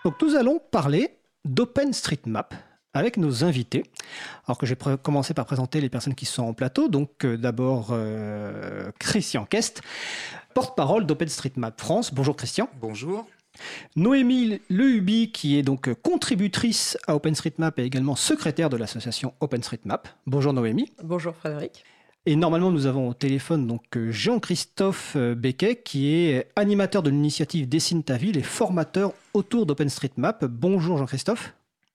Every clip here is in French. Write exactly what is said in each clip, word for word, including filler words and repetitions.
Donc nous allons parler d'OpenStreetMap avec nos invités. Alors que je vais pr- commencer par présenter les personnes qui sont en plateau. Donc euh, d'abord euh, Christian Kest, porte-parole d'OpenStreetMap France. Bonjour Christian. Bonjour. Noémie Lehuby, qui est donc contributrice à OpenStreetMap et également secrétaire de l'association OpenStreetMap. Bonjour Noémie. Bonjour Frédéric. Et normalement, nous avons au téléphone donc Jean-Christophe Becquet, qui est animateur de l'initiative Dessine ta ville et formateur autour d'OpenStreetMap. Bonjour Jean-Christophe.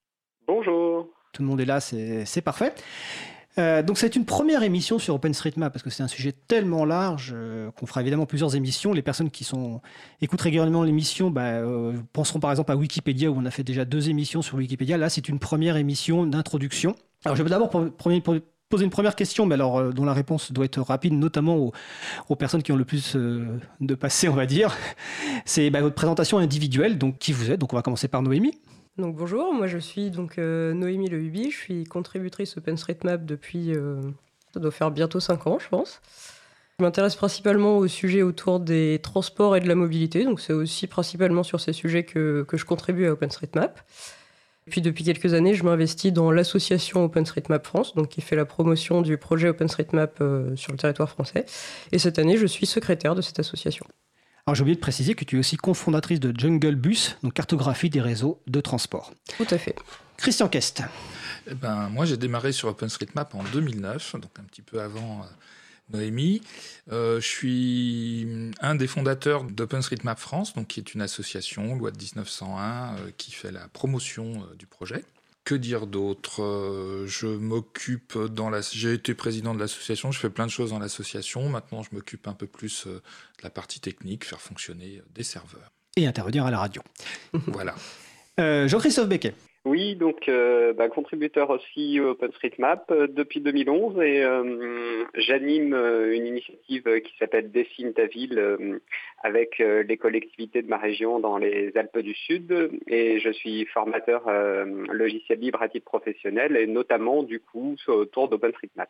Bonjour. Tout le monde est là, c'est, c'est parfait. Euh, donc c'est une première émission sur OpenStreetMap parce que c'est un sujet tellement large euh, qu'on fera évidemment plusieurs émissions. Les personnes qui sont, écoutent régulièrement l'émission bah, euh, penseront par exemple à Wikipédia où on a fait déjà deux émissions sur Wikipédia. Là, c'est une première émission d'introduction. Alors je vais d'abord pour, pour, pour poser une première question, mais alors euh, dont la réponse doit être rapide, notamment aux, aux personnes qui ont le plus euh, de passé, on va dire. C'est bah, votre présentation individuelle, donc qui vous êtes. Donc on va commencer par Noémie. Donc bonjour, moi je suis donc euh, Noémie Lehuby, je suis contributrice OpenStreetMap depuis, euh, ça doit faire bientôt cinq ans je pense. Je m'intéresse principalement aux sujets autour des transports et de la mobilité, donc c'est aussi principalement sur ces sujets que, que je contribue à OpenStreetMap. Puis depuis quelques années, je m'investis dans l'association OpenStreetMap France, donc qui fait la promotion du projet OpenStreetMap euh, sur le territoire français. Et cette année, je suis secrétaire de cette association. Alors j'ai oublié de préciser que tu es aussi cofondatrice de Jungle Bus, donc cartographie des réseaux de transport. Tout à fait. Christian Kest. Eh ben, moi, j'ai démarré sur OpenStreetMap en deux mille neuf, donc un petit peu avant euh, Noémie. Euh, je suis un des fondateurs d'OpenStreetMap France, donc qui est une association, loi de dix-neuf cent un, euh, qui fait la promotion euh, du projet. Que dire d'autre ? euh, Je m'occupe dans la... J'ai été président de l'association, je fais plein de choses dans l'association. Maintenant, je m'occupe un peu plus euh, de la partie technique, faire fonctionner euh, des serveurs. Et intervenir à la radio. Voilà. Euh, Jean-Christophe Becquet. Oui, donc euh, bah, contributeur aussi au OpenStreetMap euh, depuis deux mille onze et euh, j'anime euh, une initiative qui s'appelle Dessine ta ville euh, avec euh, les collectivités de ma région dans les Alpes du Sud et je suis formateur euh, logiciel libre à titre professionnel et notamment du coup autour d'OpenStreetMap.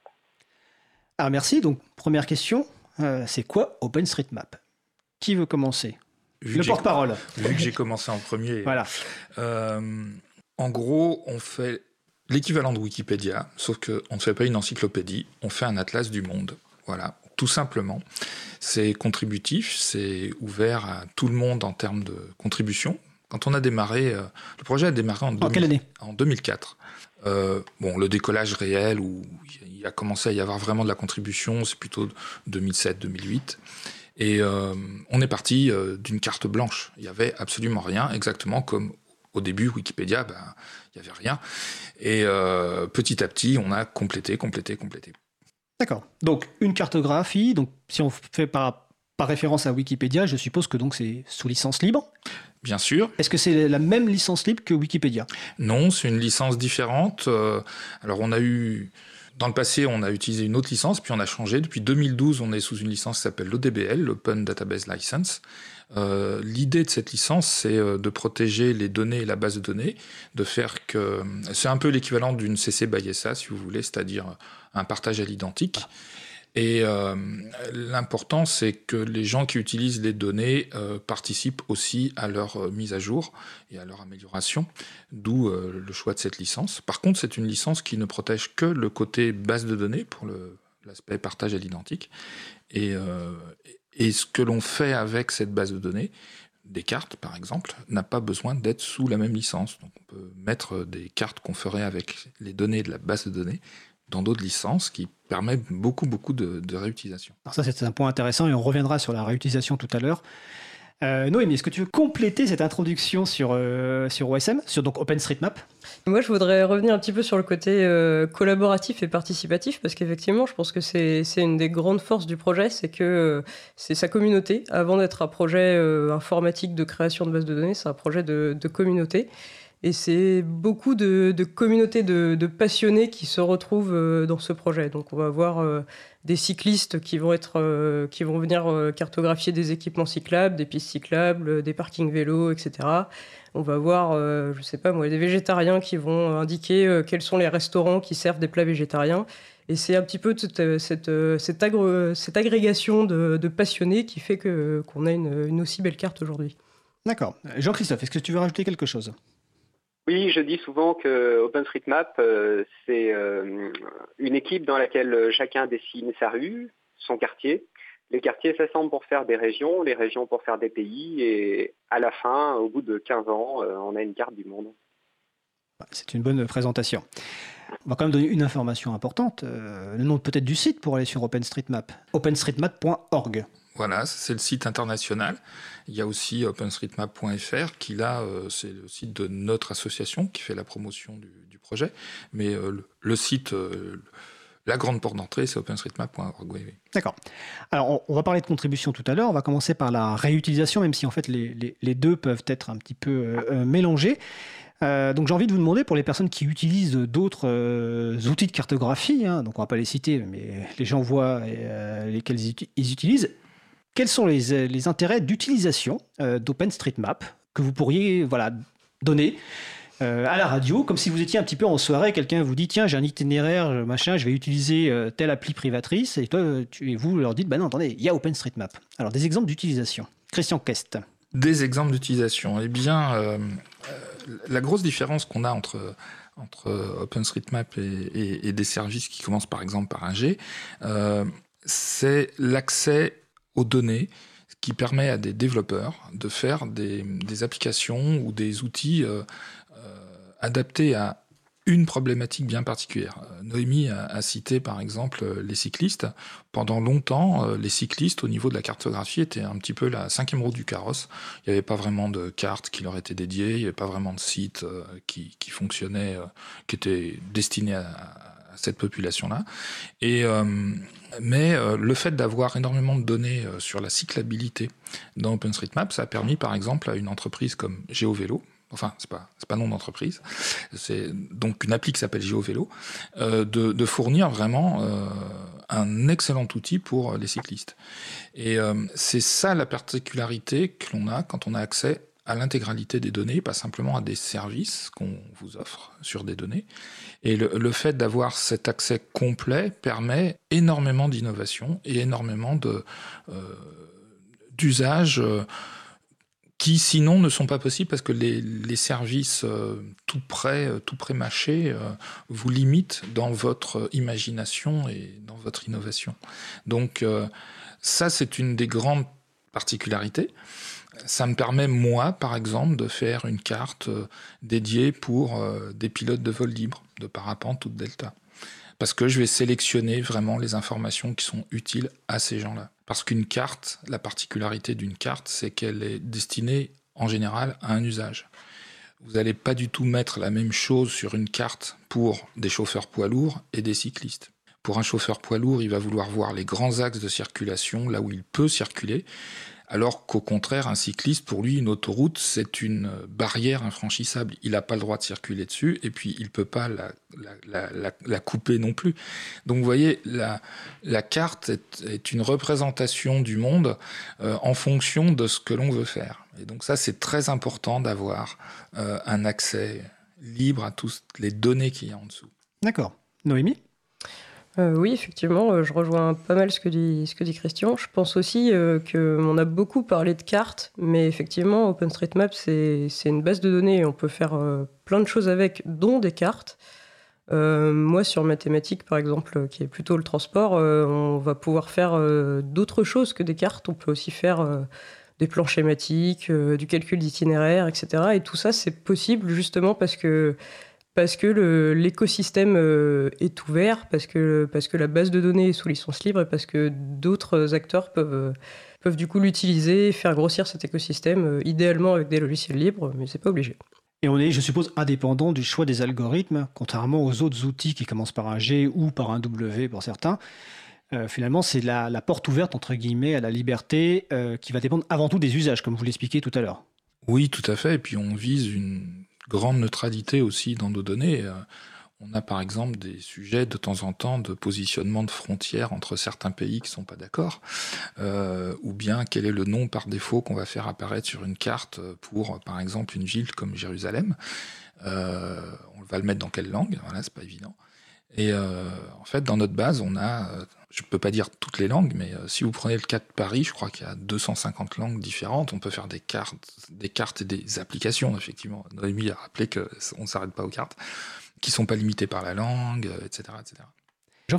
Ah merci, donc première question, euh, c'est quoi OpenStreetMap ? Qui veut commencer ? Vu Le que porte-parole. j'ai, vu que j'ai commencé en premier. Voilà. Euh, en gros, on fait l'équivalent de Wikipédia, sauf qu'on ne fait pas une encyclopédie, on fait un atlas du monde. Voilà, tout simplement. C'est contributif, c'est ouvert à tout le monde en termes de contribution. Quand on a démarré, euh, le projet a démarré en, En deux mille, quelle année ? en deux mille quatre. Euh, bon, le décollage réel où il a commencé à y avoir vraiment de la contribution, c'est plutôt deux mille sept deux mille huit. Et euh, on est parti euh, d'une carte blanche. Il n'y avait absolument rien, exactement comme au début, Wikipédia, ben, il n'y avait rien. Et euh, petit à petit, on a complété, complété, complété. D'accord. Donc, une cartographie. Donc, si on fait par, par référence à Wikipédia, je suppose que donc c'est sous licence libre. Bien sûr. Est-ce que c'est la même licence libre que Wikipédia ? Non, c'est une licence différente. Euh, alors, on a eu... Dans le passé, on a utilisé une autre licence, puis on a changé. Depuis deux mille douze, on est sous une licence qui s'appelle l'O D B L, l'Open Database License. Euh, l'idée de cette licence, c'est euh, de protéger les données et la base de données, de faire que... C'est un peu l'équivalent d'une C C by S A, si vous voulez, c'est-à-dire un partage à l'identique. Et euh, l'important, c'est que les gens qui utilisent les données euh, participent aussi à leur euh, mise à jour et à leur amélioration, d'où euh, le choix de cette licence. Par contre, c'est une licence qui ne protège que le côté base de données pour le, l'aspect partage à l'identique. Et, euh, et ce que l'on fait avec cette base de données, des cartes par exemple, n'a pas besoin d'être sous la même licence. Donc on peut mettre des cartes qu'on ferait avec les données de la base de données dans d'autres licences qui permettent beaucoup, beaucoup de, de réutilisation. Alors ça, c'est un point intéressant et on reviendra sur la réutilisation tout à l'heure. Euh, Noémie, est-ce que tu veux compléter cette introduction sur, euh, sur O S M, sur donc OpenStreetMap ? Moi, je voudrais revenir un petit peu sur le côté euh, collaboratif et participatif, parce qu'effectivement, je pense que c'est, c'est une des grandes forces du projet, c'est que euh, c'est sa communauté. Avant d'être un projet euh, informatique de création de bases de données, c'est un projet de, de communauté. Et c'est beaucoup de, de communautés de, de passionnés qui se retrouvent euh, dans ce projet. Donc on va avoir euh, des cyclistes qui vont, être, euh, qui vont venir euh, cartographier des équipements cyclables, des pistes cyclables, des parkings vélos, et cetera. On va avoir, euh, je sais pas moi, des végétariens qui vont indiquer euh, quels sont les restaurants qui servent des plats végétariens. Et c'est un petit peu toute cette, cette, agre, cette agrégation de, de passionnés qui fait que, qu'on a une, une aussi belle carte aujourd'hui. D'accord. Jean-Christophe, est-ce que tu veux rajouter quelque chose? Oui, je dis souvent que OpenStreetMap, euh, c'est euh, une équipe dans laquelle chacun dessine sa rue, son quartier. Les quartiers s'assemblent pour faire des régions, les régions pour faire des pays, et à la fin, au bout de quinze ans, euh, on a une carte du monde. C'est une bonne présentation. On va quand même donner une information importante, euh, le nom peut-être du site pour aller sur OpenStreetMap, openstreetmap point org. Voilà, c'est le site international. Il y a aussi openstreetmap point f r qui là, euh, c'est le site de notre association qui fait la promotion du, du projet. Mais euh, le, le site, euh, la grande porte d'entrée, c'est openstreetmap point org. Oui, oui. D'accord. Alors, on, on va parler de contribution tout à l'heure. On va commencer par la réutilisation, même si en fait les, les, les deux peuvent être un petit peu euh, mélangés. Euh, donc j'ai envie de vous demander, pour les personnes qui utilisent d'autres euh, outils de cartographie, hein, donc on ne va pas les citer, mais les gens voient euh, lesquels ils, ils utilisent, quels sont les, les intérêts d'utilisation euh, d'OpenStreetMap que vous pourriez voilà, donner euh, à la radio, comme si vous étiez un petit peu en soirée, quelqu'un vous dit tiens j'ai un itinéraire, machin, je vais utiliser euh, telle appli privatrice, et toi tu, et vous leur dites bah non attendez, il y a OpenStreetMap. Alors des exemples d'utilisation. Christian Kest. Des exemples d'utilisation. Eh bien, euh, la grosse différence qu'on a entre, entre OpenStreetMap et, et, et des services qui commencent par exemple par un G, euh, c'est l'accès aux données qui permet à des développeurs de faire des, des applications ou des outils euh, euh, adaptés à une problématique bien particulière. Noémie a, a cité par exemple les cyclistes. Pendant longtemps, les cyclistes au niveau de la cartographie étaient un petit peu la cinquième roue du carrosse. Il n'y avait pas vraiment de carte qui leur était dédiée, il n'y avait pas vraiment de site euh, qui, qui fonctionnait, euh, qui était destiné à, à cette population-là. Et, euh, mais euh, le fait d'avoir énormément de données euh, sur la cyclabilité dans OpenStreetMap, ça a permis par exemple à une entreprise comme GeoVélo, enfin, c'est pas, c'est pas nom d'entreprise, c'est donc une appli qui s'appelle GeoVélo, euh, de, de fournir vraiment euh, un excellent outil pour les cyclistes. Et euh, c'est ça la particularité que l'on a quand on a accès à l'intégralité des données, pas simplement à des services qu'on vous offre sur des données. Et le, le fait d'avoir cet accès complet permet énormément d'innovation et énormément de, euh, d'usages euh, qui sinon ne sont pas possibles parce que les, les services euh, tout près, tout pré-mâchés euh, vous limitent dans votre imagination et dans votre innovation. Donc euh, ça, c'est une des grandes particularités. Ça me permet, moi, par exemple, de faire une carte euh, dédiée pour euh, des pilotes de vol libre, de parapente ou de delta. Parce que je vais sélectionner vraiment les informations qui sont utiles à ces gens-là. Parce qu'une carte, la particularité d'une carte, c'est qu'elle est destinée en général à un usage. Vous n'allez pas du tout mettre la même chose sur une carte pour des chauffeurs poids lourds et des cyclistes. Pour un chauffeur poids lourd, il va vouloir voir les grands axes de circulation, là où il peut circuler, alors qu'au contraire, un cycliste, pour lui, une autoroute, c'est une barrière infranchissable. Il n'a pas le droit de circuler dessus, et puis il ne peut pas la, la, la, la couper non plus. Donc vous voyez, la, la carte est, est une représentation du monde euh, en fonction de ce que l'on veut faire. Et donc ça, c'est très important d'avoir euh, un accès libre à toutes les données qu'il y a en dessous. D'accord. Noémie ? Euh, oui, effectivement, euh, je rejoins pas mal ce que dit, ce que dit Christian. Je pense aussi euh, qu'on a beaucoup parlé de cartes, mais effectivement, OpenStreetMap, c'est, c'est une base de données et on peut faire euh, plein de choses avec, dont des cartes. Euh, moi, sur mathématiques, par exemple, qui est plutôt le transport, euh, on va pouvoir faire euh, d'autres choses que des cartes. On peut aussi faire euh, des plans schématiques, euh, du calcul d'itinéraire, et cetera. Et tout ça, c'est possible justement parce que Parce que le, l'écosystème euh, est ouvert, parce que, parce que la base de données est sous licence libre et parce que d'autres acteurs peuvent, euh, peuvent du coup l'utiliser, faire grossir cet écosystème, euh, idéalement avec des logiciels libres, mais c'est pas obligé. Et on est, je suppose, indépendant du choix des algorithmes, contrairement aux autres outils qui commencent par un G ou par un W pour certains. Euh, finalement, c'est la, la porte ouverte, entre guillemets, à la liberté euh, qui va dépendre avant tout des usages, comme vous l'expliquiez tout à l'heure. Oui, tout à fait. Et puis on vise une grande neutralité aussi dans nos données. On a par exemple des sujets de temps en temps de positionnement de frontières entre certains pays qui ne sont pas d'accord, euh, ou bien quel est le nom par défaut qu'on va faire apparaître sur une carte pour par exemple une ville comme Jérusalem. Euh, on va le mettre dans quelle langue? Voilà, c'est pas évident. Et euh, en fait, dans notre base, on a je ne peux pas dire toutes les langues, mais euh, si vous prenez le cas de Paris, je crois qu'il y a deux cent cinquante langues différentes. On peut faire des cartes, des cartes et des applications, effectivement. Noémie a rappelé qu'on ne s'arrête pas aux cartes, qui ne sont pas limitées par la langue, et cetera, et cetera. Jean-Christophe ?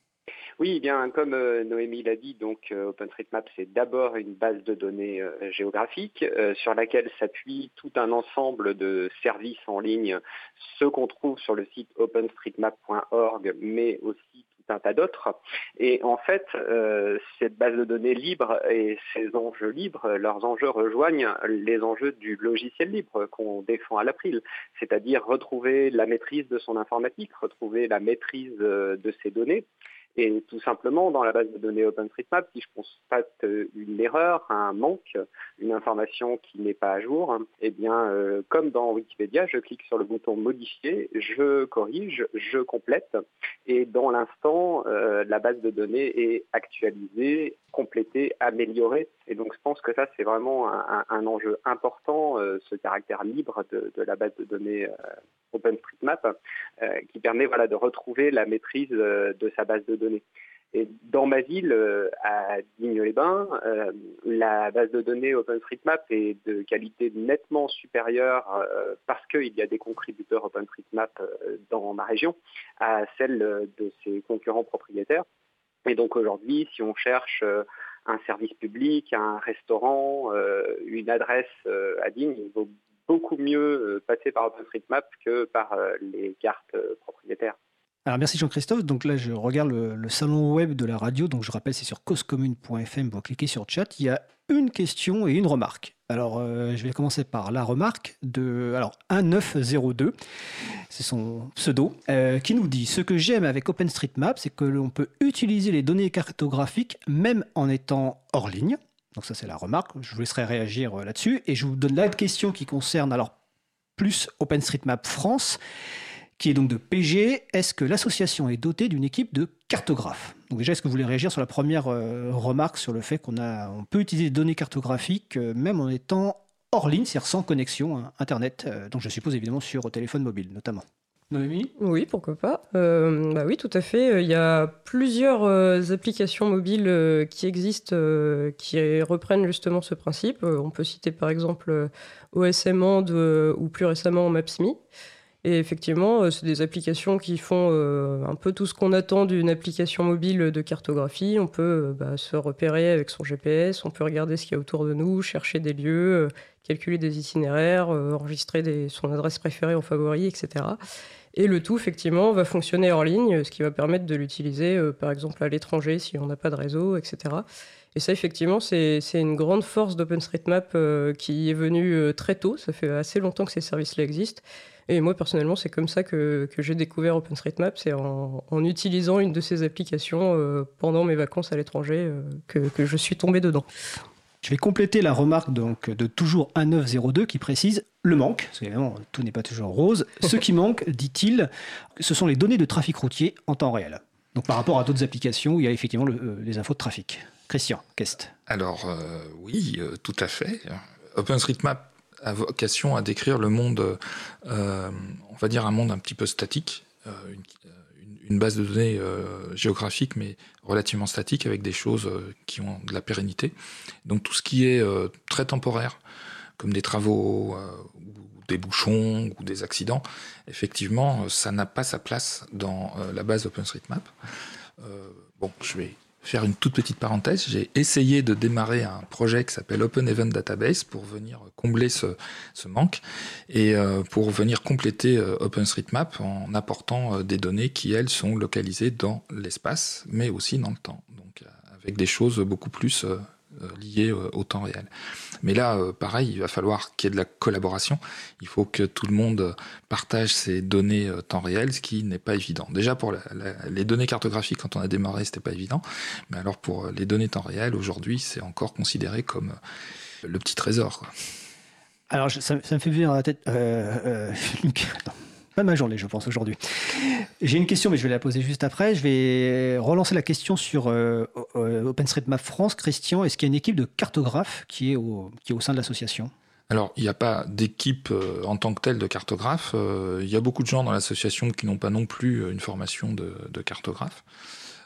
Oui, eh bien comme euh, Noémie l'a dit, donc euh, OpenStreetMap c'est d'abord une base de données euh, géographique euh, sur laquelle s'appuie tout un ensemble de services en ligne, ceux qu'on trouve sur le site openstreetmap point org, mais aussi tout un tas d'autres. Et en fait, euh, cette base de données libre et ces enjeux libres, leurs enjeux rejoignent les enjeux du logiciel libre qu'on défend à l'April, c'est-à-dire retrouver la maîtrise de son informatique, retrouver la maîtrise euh, de ses données. Et tout simplement, dans la base de données OpenStreetMap, si je constate une erreur, un manque, une information qui n'est pas à jour, eh bien, euh, comme dans Wikipédia, je clique sur le bouton modifier, je corrige, je complète, et dans l'instant, euh, la base de données est actualisée, complétée, améliorée. Et donc, je pense que ça, c'est vraiment un, un enjeu important, euh, ce caractère libre de, de la base de données euh, OpenStreetMap, euh, qui permet voilà, de retrouver la maîtrise euh, de sa base de données. Et dans ma ville, euh, à Digne-les-Bains, euh, la base de données OpenStreetMap est de qualité nettement supérieure euh, parce qu'il y a des contributeurs OpenStreetMap euh, dans ma région à celle de ses concurrents propriétaires. Et donc aujourd'hui, si on cherche euh, un service public, un restaurant, euh, une adresse euh, à Digne, il vaut beaucoup mieux passer par OpenStreetMap que par les cartes propriétaires. Alors merci Jean-Christophe, donc là je regarde le, le salon web de la radio, donc je rappelle c'est sur causecommune point f m, vous cliquez sur chat, il y a une question et une remarque. Alors euh, je vais commencer par la remarque de alors un neuf zéro deux, c'est son pseudo, euh, qui nous dit « Ce que j'aime avec OpenStreetMap, c'est que l'on peut utiliser les données cartographiques même en étant hors ligne ». Donc ça c'est la remarque, je vous laisserai réagir là-dessus. Et je vous donne la question qui concerne alors plus OpenStreetMap France, qui est donc de P G. Est-ce que l'association est dotée d'une équipe de cartographes ? Donc déjà, est-ce que vous voulez réagir sur la première euh, remarque sur le fait qu'on a, on peut utiliser des données cartographiques euh, même en étant hors ligne, c'est-à-dire sans connexion hein, Internet, euh, donc je suppose évidemment sur au téléphone mobile notamment. Noémie ? Oui, pourquoi pas. Euh, bah oui, tout à fait. Il y a plusieurs euh, applications mobiles euh, qui existent, euh, qui reprennent justement ce principe. Euh, on peut citer par exemple euh, O S M And euh, ou plus récemment Maps.me. Et effectivement, euh, c'est des applications qui font euh, un peu tout ce qu'on attend d'une application mobile de cartographie. On peut euh, bah, se repérer avec son G P S, on peut regarder ce qu'il y a autour de nous, chercher des lieux, euh, calculer des itinéraires, euh, enregistrer des, son adresse préférée en favori, et cetera. Et le tout, effectivement, va fonctionner hors ligne, ce qui va permettre de l'utiliser, euh, par exemple, à l'étranger, si on n'a pas de réseau, et cetera. Et ça, effectivement, c'est, c'est une grande force d'OpenStreetMap euh, qui est venue euh, très tôt. Ça fait assez longtemps que ces services-là existent. Et moi, personnellement, c'est comme ça que, que j'ai découvert OpenStreetMap. C'est en, en utilisant une de ces applications euh, pendant mes vacances à l'étranger euh, que, que je suis tombé dedans. Je vais compléter la remarque donc, de toujours un neuf zéro deux qui précise le manque, parce qu'évidemment tout n'est pas toujours rose. Ce qui manque, dit-il, ce sont les données de trafic routier en temps réel. Donc par rapport à d'autres applications où il y a effectivement le, euh, les infos de trafic. Christian, Kest. Alors euh, oui, euh, tout à fait. OpenStreetMap a vocation à décrire le monde, euh, on va dire un monde un petit peu statique, euh, une, une base de données euh, géographique, mais relativement statique, avec des choses euh, qui ont de la pérennité. Donc tout ce qui est euh, très temporaire, comme des travaux, euh, ou des bouchons, ou des accidents, effectivement, ça n'a pas sa place dans euh, la base OpenStreetMap. Euh, bon, je vais faire une toute petite parenthèse. J'ai essayé de démarrer un projet qui s'appelle Open Event Database pour venir combler ce, ce manque et euh, pour venir compléter euh, OpenStreetMap en apportant euh, des données qui, elles, sont localisées dans l'espace, mais aussi dans le temps. Donc, euh, avec des choses beaucoup plus euh, liées euh, au temps réel. Mais là, euh, pareil, il va falloir qu'il y ait de la collaboration. Il faut que tout le monde partage ces données euh, temps réel, ce qui n'est pas évident. Déjà, pour la, la, les données cartographiques, quand on a démarré, c'était pas évident. Mais alors, pour les données temps réel, aujourd'hui, c'est encore considéré comme euh, le petit trésor, quoi. Alors, je, ça, ça me fait venir dans la tête... Euh, euh, non. Pas ma journée, je pense, aujourd'hui. J'ai une question, mais je vais la poser juste après. Je vais relancer la question sur euh, OpenStreetMap France. Christian, est-ce qu'il y a une équipe de cartographes qui est au, qui est au sein de l'association ? Alors, il n'y a pas d'équipe euh, en tant que telle de cartographes. Euh, il y a beaucoup de gens dans l'association qui n'ont pas non plus une formation de, de cartographe.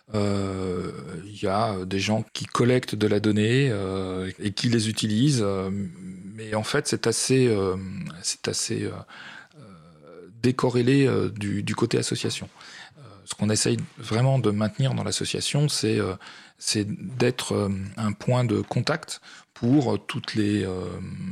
Euh, il y a des gens qui collectent de la donnée euh, et qui les utilisent, euh, mais en fait c'est assez, euh, c'est assez euh, décorrélé euh, du, du côté association. Euh, ce qu'on essaye vraiment de maintenir dans l'association, c'est, euh, c'est d'être euh, un point de contact pour toutes les... Euh,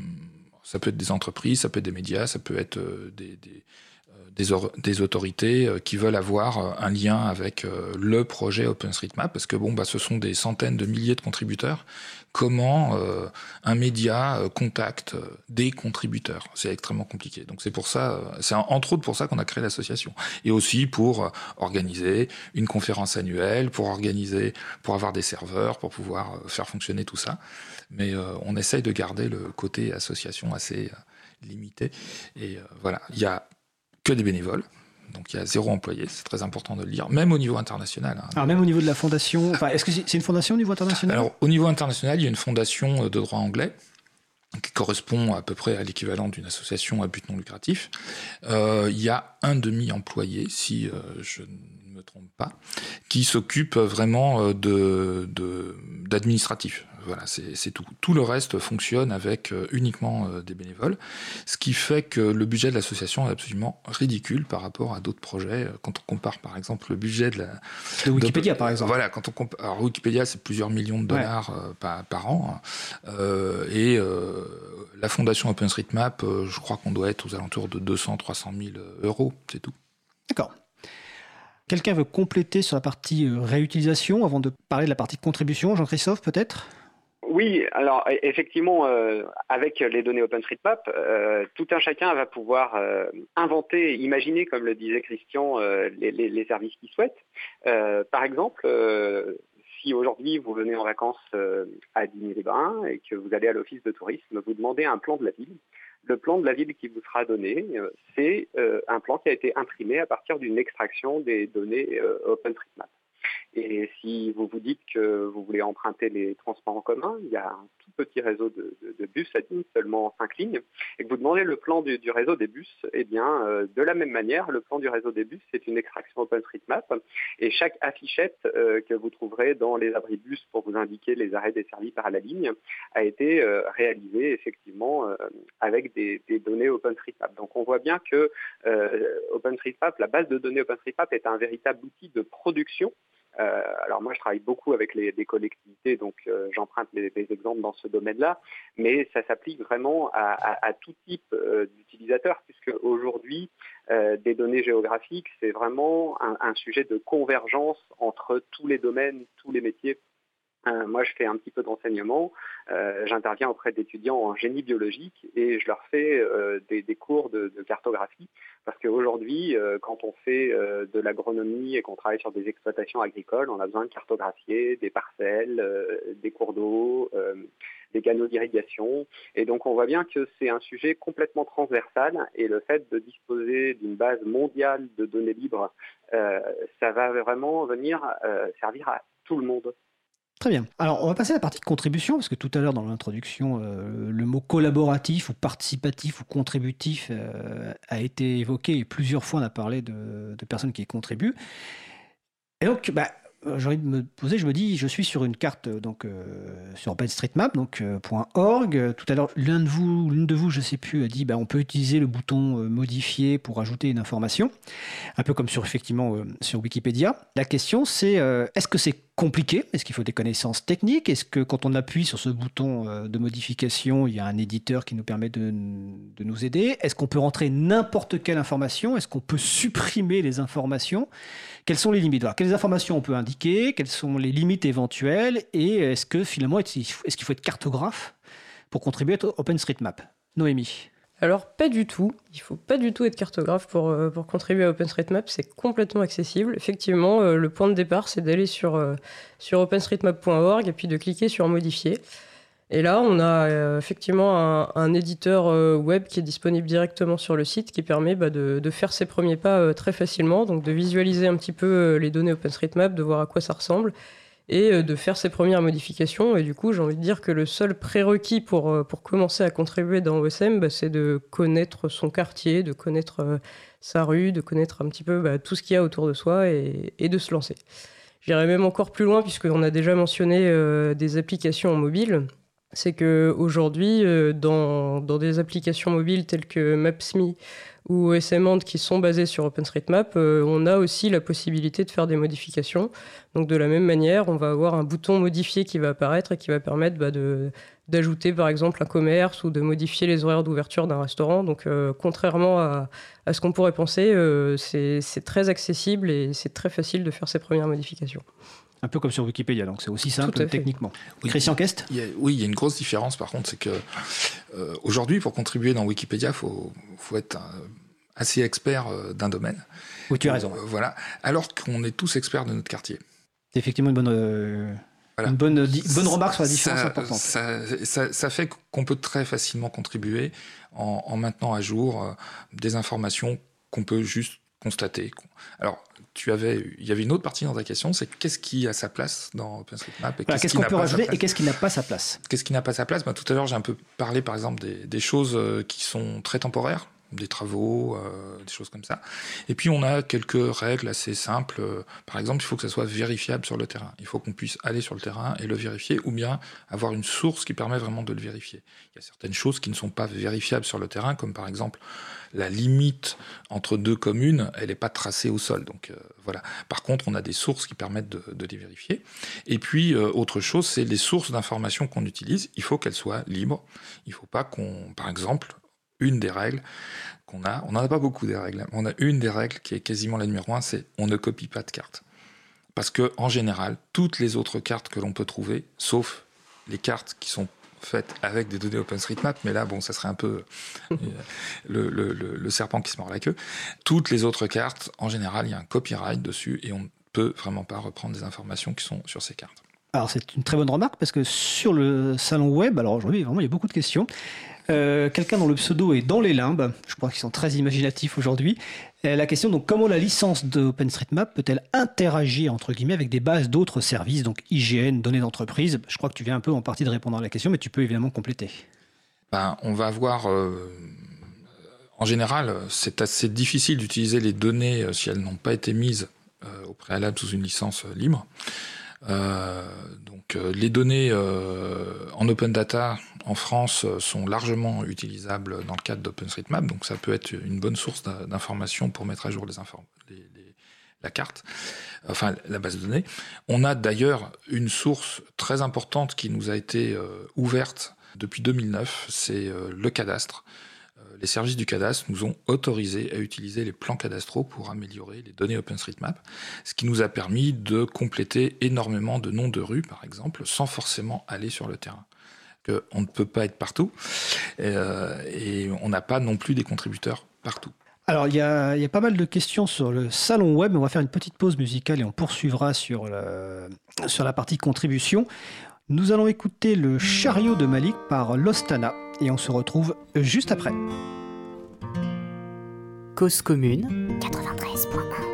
ça peut être des entreprises, ça peut être des médias, ça peut être euh, des... des Des, or- des autorités euh, qui veulent avoir euh, un lien avec euh, le projet OpenStreetMap, parce que bon, bah, ce sont des centaines de milliers de contributeurs. Comment euh, un média euh, contacte euh, des contributeurs? C'est extrêmement compliqué. Donc c'est pour ça, euh, c'est entre autres pour ça qu'on a créé l'association. Et aussi pour euh, organiser une conférence annuelle, pour organiser, pour avoir des serveurs, pour pouvoir euh, faire fonctionner tout ça. Mais euh, on essaye de garder le côté association assez euh, limité. Et euh, voilà, il y a que des bénévoles, donc il y a zéro employé, c'est très important de le dire, même au niveau international. Hein. Alors même au niveau de la fondation, enfin, est-ce que c'est une fondation au niveau international? Alors au niveau international, il y a une fondation de droit anglais qui correspond à peu près à l'équivalent d'une association à but non lucratif. Euh, il y a un demi-employé, si euh, je ne me trompe pas, qui s'occupe vraiment de, de, d'administratif. Voilà, c'est, c'est tout. Tout le reste fonctionne avec euh, uniquement euh, des bénévoles, ce qui fait que le budget de l'association est absolument ridicule par rapport à d'autres projets. Quand on compare, par exemple, le budget de, la, de Wikipédia, de, par exemple. Voilà, quand on compare, alors Wikipédia, c'est plusieurs millions de dollars ouais. euh, par, par an, hein, euh, et euh, la fondation OpenStreetMap, euh, je crois qu'on doit être aux alentours de deux cents à trois cent mille euros, c'est tout. D'accord. Quelqu'un veut compléter sur la partie réutilisation avant de parler de la partie contribution, Jean-Christophe, peut-être? Oui, alors effectivement, euh, avec les données OpenStreetMap, euh, tout un chacun va pouvoir euh, inventer, imaginer, comme le disait Christian, euh, les, les, les services qu'il souhaite. Euh, par exemple, euh, si aujourd'hui vous venez en vacances euh, à Digne-les-Bains et que vous allez à l'office de tourisme, vous demandez un plan de la ville. Le plan de la ville qui vous sera donné, euh, c'est euh, un plan qui a été imprimé à partir d'une extraction des données euh, OpenStreetMap. Et si vous vous dites que vous voulez emprunter les transports en commun, il y a un tout petit réseau de, de, de bus à Digne, seulement cinq lignes, et que vous demandez le plan du, du réseau des bus, eh bien, euh, de la même manière, le plan du réseau des bus, c'est une extraction OpenStreetMap, et chaque affichette euh, que vous trouverez dans les abris de bus pour vous indiquer les arrêts desservis par la ligne a été euh, réalisée effectivement euh, avec des, des données OpenStreetMap. Donc on voit bien que euh, OpenStreetMap, la base de données OpenStreetMap est un véritable outil de production. Euh, alors moi je travaille beaucoup avec les, les collectivités, donc euh, j'emprunte les, les exemples dans ce domaine-là, mais ça s'applique vraiment à, à, à tout type euh, d'utilisateurs, puisque aujourd'hui euh, des données géographiques c'est vraiment un, un sujet de convergence entre tous les domaines, tous les métiers. Euh, moi, je fais un petit peu d'enseignement. Euh, j'interviens auprès d'étudiants en génie biologique et je leur fais euh, des, des cours de, de cartographie parce qu'aujourd'hui, euh, quand on fait euh, de l'agronomie et qu'on travaille sur des exploitations agricoles, on a besoin de cartographier des parcelles, euh, des cours d'eau, euh, des canaux d'irrigation. Et donc, on voit bien que c'est un sujet complètement transversal et le fait de disposer d'une base mondiale de données libres, euh, ça va vraiment venir euh, servir à tout le monde. Très bien. Alors, on va passer à la partie contribution, parce que tout à l'heure, dans l'introduction, euh, le mot collaboratif ou participatif ou contributif euh, a été évoqué et plusieurs fois on a parlé de, de personnes qui y contribuent. Et donc, bah, j'ai envie de me poser, je me dis, je suis sur une carte donc, euh, sur OpenStreetMap, donc euh, .org. Tout à l'heure, l'un de vous, l'une de vous, je ne sais plus, a dit bah, on peut utiliser le bouton euh, modifier pour ajouter une information, un peu comme sur, effectivement, euh, sur Wikipédia. La question, c'est euh, est-ce que c'est compliqué? Est-ce qu'il faut des connaissances techniques? Est-ce que quand on appuie sur ce bouton euh, de modification, il y a un éditeur qui nous permet de, de nous aider? Est-ce qu'on peut rentrer n'importe quelle information? Est-ce qu'on peut supprimer les informations? Quelles sont les limites? Alors, quelles informations on peut indiquer? Quelles sont les limites éventuelles? Et est-ce que finalement, est-ce qu'il faut être cartographe pour contribuer à OpenStreetMap? Noémie? Alors, pas du tout. Il ne faut pas du tout être cartographe pour, pour contribuer à OpenStreetMap. C'est complètement accessible. Effectivement, euh, le point de départ, c'est d'aller sur, euh, sur openstreetmap point org et puis de cliquer sur « Modifier ». Et là, on a euh, effectivement un, un éditeur euh, web qui est disponible directement sur le site qui permet bah, de, de faire ses premiers pas euh, très facilement, donc de visualiser un petit peu euh, les données OpenStreetMap, de voir à quoi ça ressemble et euh, de faire ses premières modifications. Et du coup, j'ai envie de dire que le seul prérequis pour, euh, pour commencer à contribuer dans O S M, bah, c'est de connaître son quartier, de connaître euh, sa rue, de connaître un petit peu bah, tout ce qu'il y a autour de soi et, et de se lancer. J'irais même encore plus loin, puisqu'on a déjà mentionné euh, des applications mobile. C'est qu'aujourd'hui, euh, dans, dans des applications mobiles telles que Maps.me ou S M And qui sont basées sur OpenStreetMap, euh, on a aussi la possibilité de faire des modifications. Donc de la même manière, on va avoir un bouton modifié qui va apparaître et qui va permettre bah, de, d'ajouter par exemple un commerce ou de modifier les horaires d'ouverture d'un restaurant. Donc euh, contrairement à, à ce qu'on pourrait penser, euh, c'est, c'est très accessible et c'est très facile de faire ces premières modifications. Un peu comme sur Wikipédia, donc c'est aussi simple techniquement. Oui. Christian Kest ? il y a, Oui, il y a une grosse différence par contre, c'est que euh, aujourd'hui, pour contribuer dans Wikipédia, il faut, faut être un, assez expert euh, d'un domaine. Oui, tu as raison. Euh, voilà, alors qu'on est tous experts de notre quartier. C'est effectivement une bonne, euh, voilà. une bonne, di- bonne remarque sur la différence ça, importante. Ça, ça, ça fait qu'on peut très facilement contribuer en, en maintenant à jour euh, des informations qu'on peut juste constater. Alors, tu avais, il y avait une autre partie dans ta question, c'est qu'est-ce qui a sa place dans OpenStreetMap et voilà, qu'est-ce, qu'est-ce qui qu'on n'a peut pas rajouter et qu'est-ce qui n'a pas sa place. Qu'est-ce qui n'a pas sa place ben, tout à l'heure, j'ai un peu parlé, par exemple, des, des choses qui sont très temporaires, des travaux, euh, des choses comme ça. Et puis, on a quelques règles assez simples. Par exemple, il faut que ça soit vérifiable sur le terrain. Il faut qu'on puisse aller sur le terrain et le vérifier, ou bien avoir une source qui permet vraiment de le vérifier. Il y a certaines choses qui ne sont pas vérifiables sur le terrain, comme par exemple la limite entre deux communes, elle n'est pas tracée au sol. Donc euh, voilà. Par contre, on a des sources qui permettent de, de les vérifier. Et puis, euh, autre chose, c'est les sources d'informations qu'on utilise. Il faut qu'elles soient libres. Il ne faut pas qu'on, par exemple, une des règles qu'on a, on n'en a pas beaucoup des règles, on a une des règles qui est quasiment la numéro un, c'est on ne copie pas de cartes. Parce que en général, toutes les autres cartes que l'on peut trouver, sauf les cartes qui sont faites avec des données OpenStreetMap, mais là, bon, ça serait un peu euh, le, le, le, le serpent qui se mord la queue. Toutes les autres cartes, en général, il y a un copyright dessus et on ne peut vraiment pas reprendre des informations qui sont sur ces cartes. Alors, c'est une très bonne remarque parce que sur le salon web, alors aujourd'hui, vraiment, il y a beaucoup de questions. Euh, quelqu'un dont le pseudo est dans les limbes, je crois qu'ils sont très imaginatifs aujourd'hui. Euh, la question, donc, comment la licence de OpenStreetMap peut-elle interagir, entre guillemets, avec des bases d'autres services, donc I G N, données d'entreprise ? Je crois que tu viens un peu en partie de répondre à la question, mais tu peux évidemment compléter. Ben, on va avoir... Euh, en général, c'est assez difficile d'utiliser les données euh, si elles n'ont pas été mises euh, au préalable sous une licence euh, libre. Euh, donc euh, les données euh, en open data en France euh, sont largement utilisables dans le cadre d'OpenStreetMap, donc ça peut être une bonne source d'informations pour mettre à jour les inform- les, les, la carte, enfin la base de données. On a d'ailleurs une source très importante qui nous a été euh, ouverte depuis deux mille neuf, c'est euh, le cadastre. Les services du cadastre nous ont autorisé à utiliser les plans cadastraux pour améliorer les données OpenStreetMap, ce qui nous a permis de compléter énormément de noms de rues, par exemple, sans forcément aller sur le terrain. Que on ne peut pas être partout, euh, et on n'a pas non plus des contributeurs partout. Alors, il y, a, il y a pas mal de questions sur le salon web, mais on va faire une petite pause musicale et on poursuivra sur, le, sur la partie contribution. Nous allons écouter le chariot de Malik par Lostana et on se retrouve juste après. Cause commune quatre-vingt-treize point un.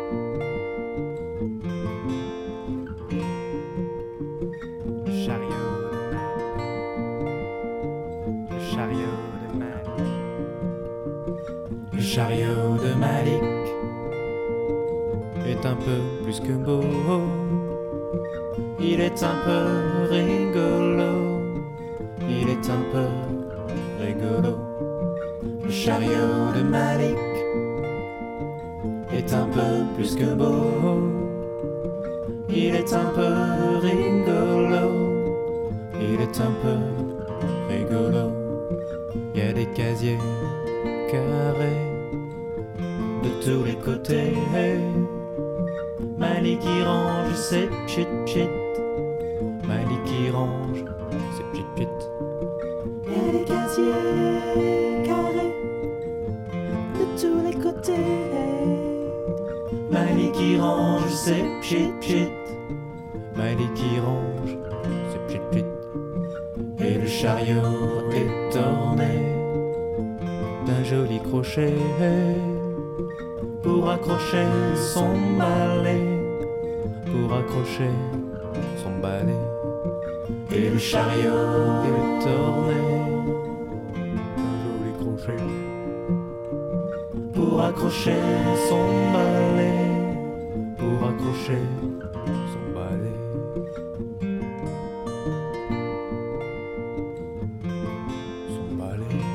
Chariot de Malik. Le chariot de Malik. Le chariot de Malik est un peu plus que beau. Il est un peu rigolo. Il est un peu rigolo. Le chariot de Malik est un peu plus que beau. Il est un peu rigolo. Il est un peu rigolo. Il y a des casiers carrés de tous les côtés. Malik qui range ses pchit pchit. Malik qui range ses pchit pchit. Il y a des casiers carrés de tous les côtés. Malik qui range ses pchit pchit. Malik qui range ses pchit pchit. Et le chariot est orné d'un joli crochet pour accrocher son balai, pour accrocher son balai. Et le chariot est orné d'un joli crochet pour accrocher son balai, pour accrocher somebody. Somebody.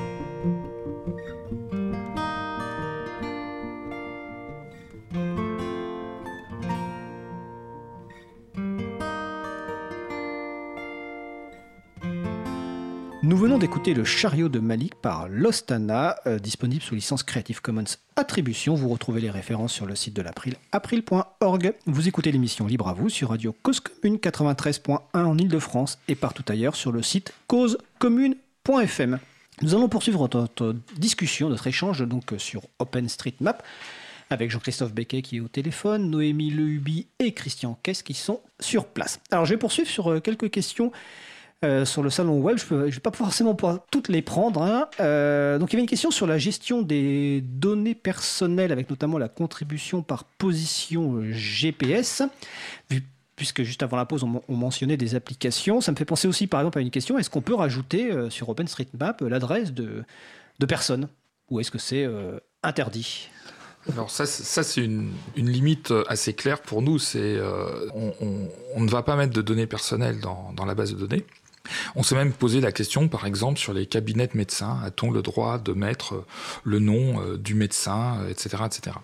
Nous venons d'écouter Le Chariot de Malik par Lostana, euh, disponible sous licence Creative Commons Attribution. Vous retrouvez les références sur le site de l'April, april point org. Vous écoutez l'émission Libre à vous sur Radio Cause Commune quatre-vingt-treize point un en Ile-de-France et partout ailleurs sur le site cause commune point f m. Nous allons poursuivre notre discussion, notre échange donc sur OpenStreetMap avec Jean-Christophe Becquet qui est au téléphone, Noémie Lehuby et Christian Kess qui sont sur place. Alors je vais poursuivre sur quelques questions Euh, sur le salon web. Je ne vais pas forcément pouvoir toutes les prendre. Hein. Euh, donc il y avait une question sur la gestion des données personnelles, avec notamment la contribution par position G P S, vu, puisque juste avant la pause, on, on mentionnait des applications. Ça me fait penser aussi, par exemple, à une question, est-ce qu'on peut rajouter euh, sur OpenStreetMap euh, l'adresse de, de personnes, ou est-ce que c'est euh, interdit ? Alors ça, ça c'est une, une limite assez claire pour nous. C'est, euh, on, on, on ne va pas mettre de données personnelles dans, dans la base de données. On s'est même posé la question, par exemple, sur les cabinets de médecins. A-t-on le droit de mettre le nom euh, du médecin, et cetera, et cetera.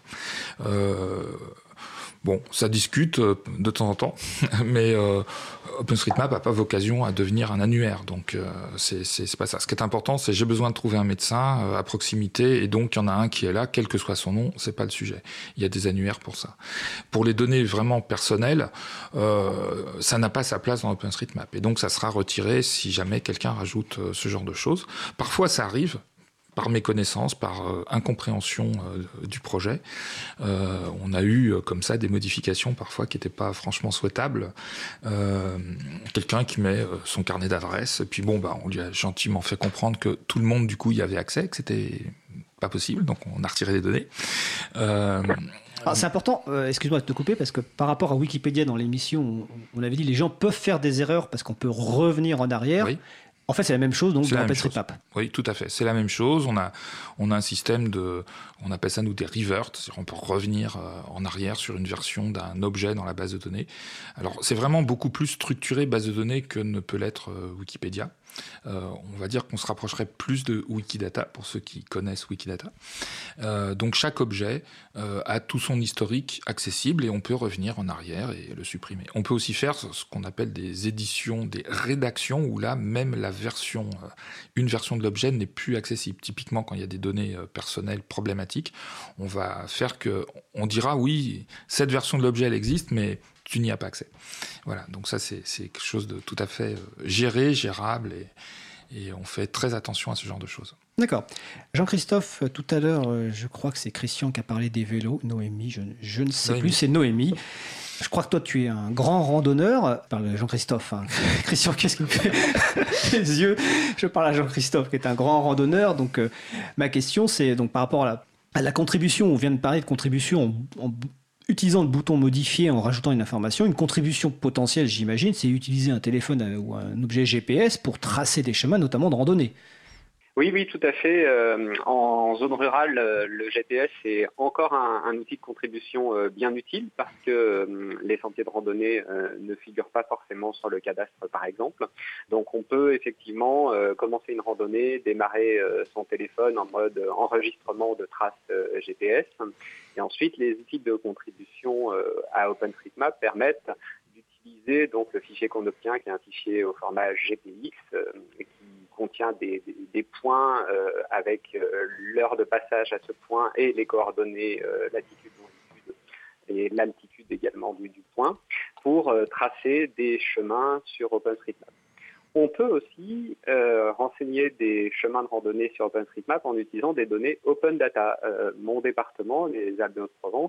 Euh, bon, ça discute euh, de temps en temps, mais euh, OpenStreetMap n'a pas vocation à devenir un annuaire. Donc, euh, c'est, c'est, c'est pas ça. Ce qui est important, c'est j'ai besoin de trouver un médecin euh, à proximité, et donc il y en a un qui est là, quel que soit son nom, c'est pas le sujet. Il y a des annuaires pour ça. Pour les données vraiment personnelles, euh, ça n'a pas sa place dans OpenStreetMap. Et donc, ça sera retiré si jamais quelqu'un rajoute euh, ce genre de choses. Parfois, ça arrive. Par méconnaissance, par euh, incompréhension euh, du projet. Euh, on a eu euh, comme ça des modifications parfois qui n'étaient pas franchement souhaitables. Euh, quelqu'un qui met euh, son carnet d'adresse, et puis bon, bah, on lui a gentiment fait comprendre que tout le monde du coup y avait accès, que c'était pas possible, donc on a retiré les données. Euh, Ah, c'est important, euh, excuse-moi de te couper, parce que par rapport à Wikipédia dans l'émission, on, on avait dit les gens peuvent faire des erreurs parce qu'on peut revenir en arrière. Oui. En fait, c'est la même chose donc dans OpenStreetMap. Oui, tout à fait. C'est la même chose. On a, on a un système de, on appelle ça nous des reverts, c'est-à-dire on peut revenir euh, en arrière sur une version d'un objet dans la base de données. Alors, c'est vraiment beaucoup plus structuré base de données que ne peut l'être euh, Wikipédia. Euh, on va dire qu'on se rapprocherait plus de Wikidata, pour ceux qui connaissent Wikidata. Euh, donc chaque objet euh, a tout son historique accessible et on peut revenir en arrière et le supprimer. On peut aussi faire ce qu'on appelle des éditions, des rédactions, où là, même la version, euh, une version de l'objet n'est plus accessible. Typiquement, quand il y a des données euh, personnelles problématiques, on va faire que, on dira oui, cette version de l'objet, elle existe, mais tu n'y as pas accès. Voilà, donc ça, c'est, c'est quelque chose de tout à fait euh, géré, gérable, et, et on fait très attention à ce genre de choses. D'accord. Jean-Christophe, tout à l'heure, euh, je crois que c'est Christian qui a parlé des vélos. Noémie, je, je ne sais Noémie. plus, c'est Noémie. Je crois que toi, tu es un grand randonneur. Je parle de Jean-Christophe. Hein. Christian, qu'est-ce qu'il fait les yeux? Je parle à Jean-Christophe, qui est un grand randonneur. Donc, euh, ma question, c'est donc par rapport à la, à la contribution. On vient de parler de contribution en, en utilisant le bouton modifier, en rajoutant une information. Une contribution potentielle, j'imagine, c'est utiliser un téléphone ou un objet G P S pour tracer des chemins, notamment de randonnée. Oui, oui, tout à fait. Euh, en zone rurale, euh, le G P S est encore un, un outil de contribution euh, bien utile parce que euh, les sentiers de randonnée euh, ne figurent pas forcément sur le cadastre, par exemple. Donc, on peut effectivement euh, commencer une randonnée, démarrer euh, son téléphone en mode enregistrement de traces euh, G P S. Et ensuite, les outils de contribution euh, à OpenStreetMap permettent d'utiliser donc le fichier qu'on obtient, qui est un fichier au format G P X, euh, et qui contient des, des, des points euh, avec euh, l'heure de passage à ce point et les coordonnées, euh, latitude, longitude et l'altitude également du, du point, pour euh, tracer des chemins sur OpenStreetMap. On peut aussi euh, renseigner des chemins de randonnée sur OpenStreetMap en utilisant des données Open Data. Euh, mon département, les Alpes-de-Haute-Provence,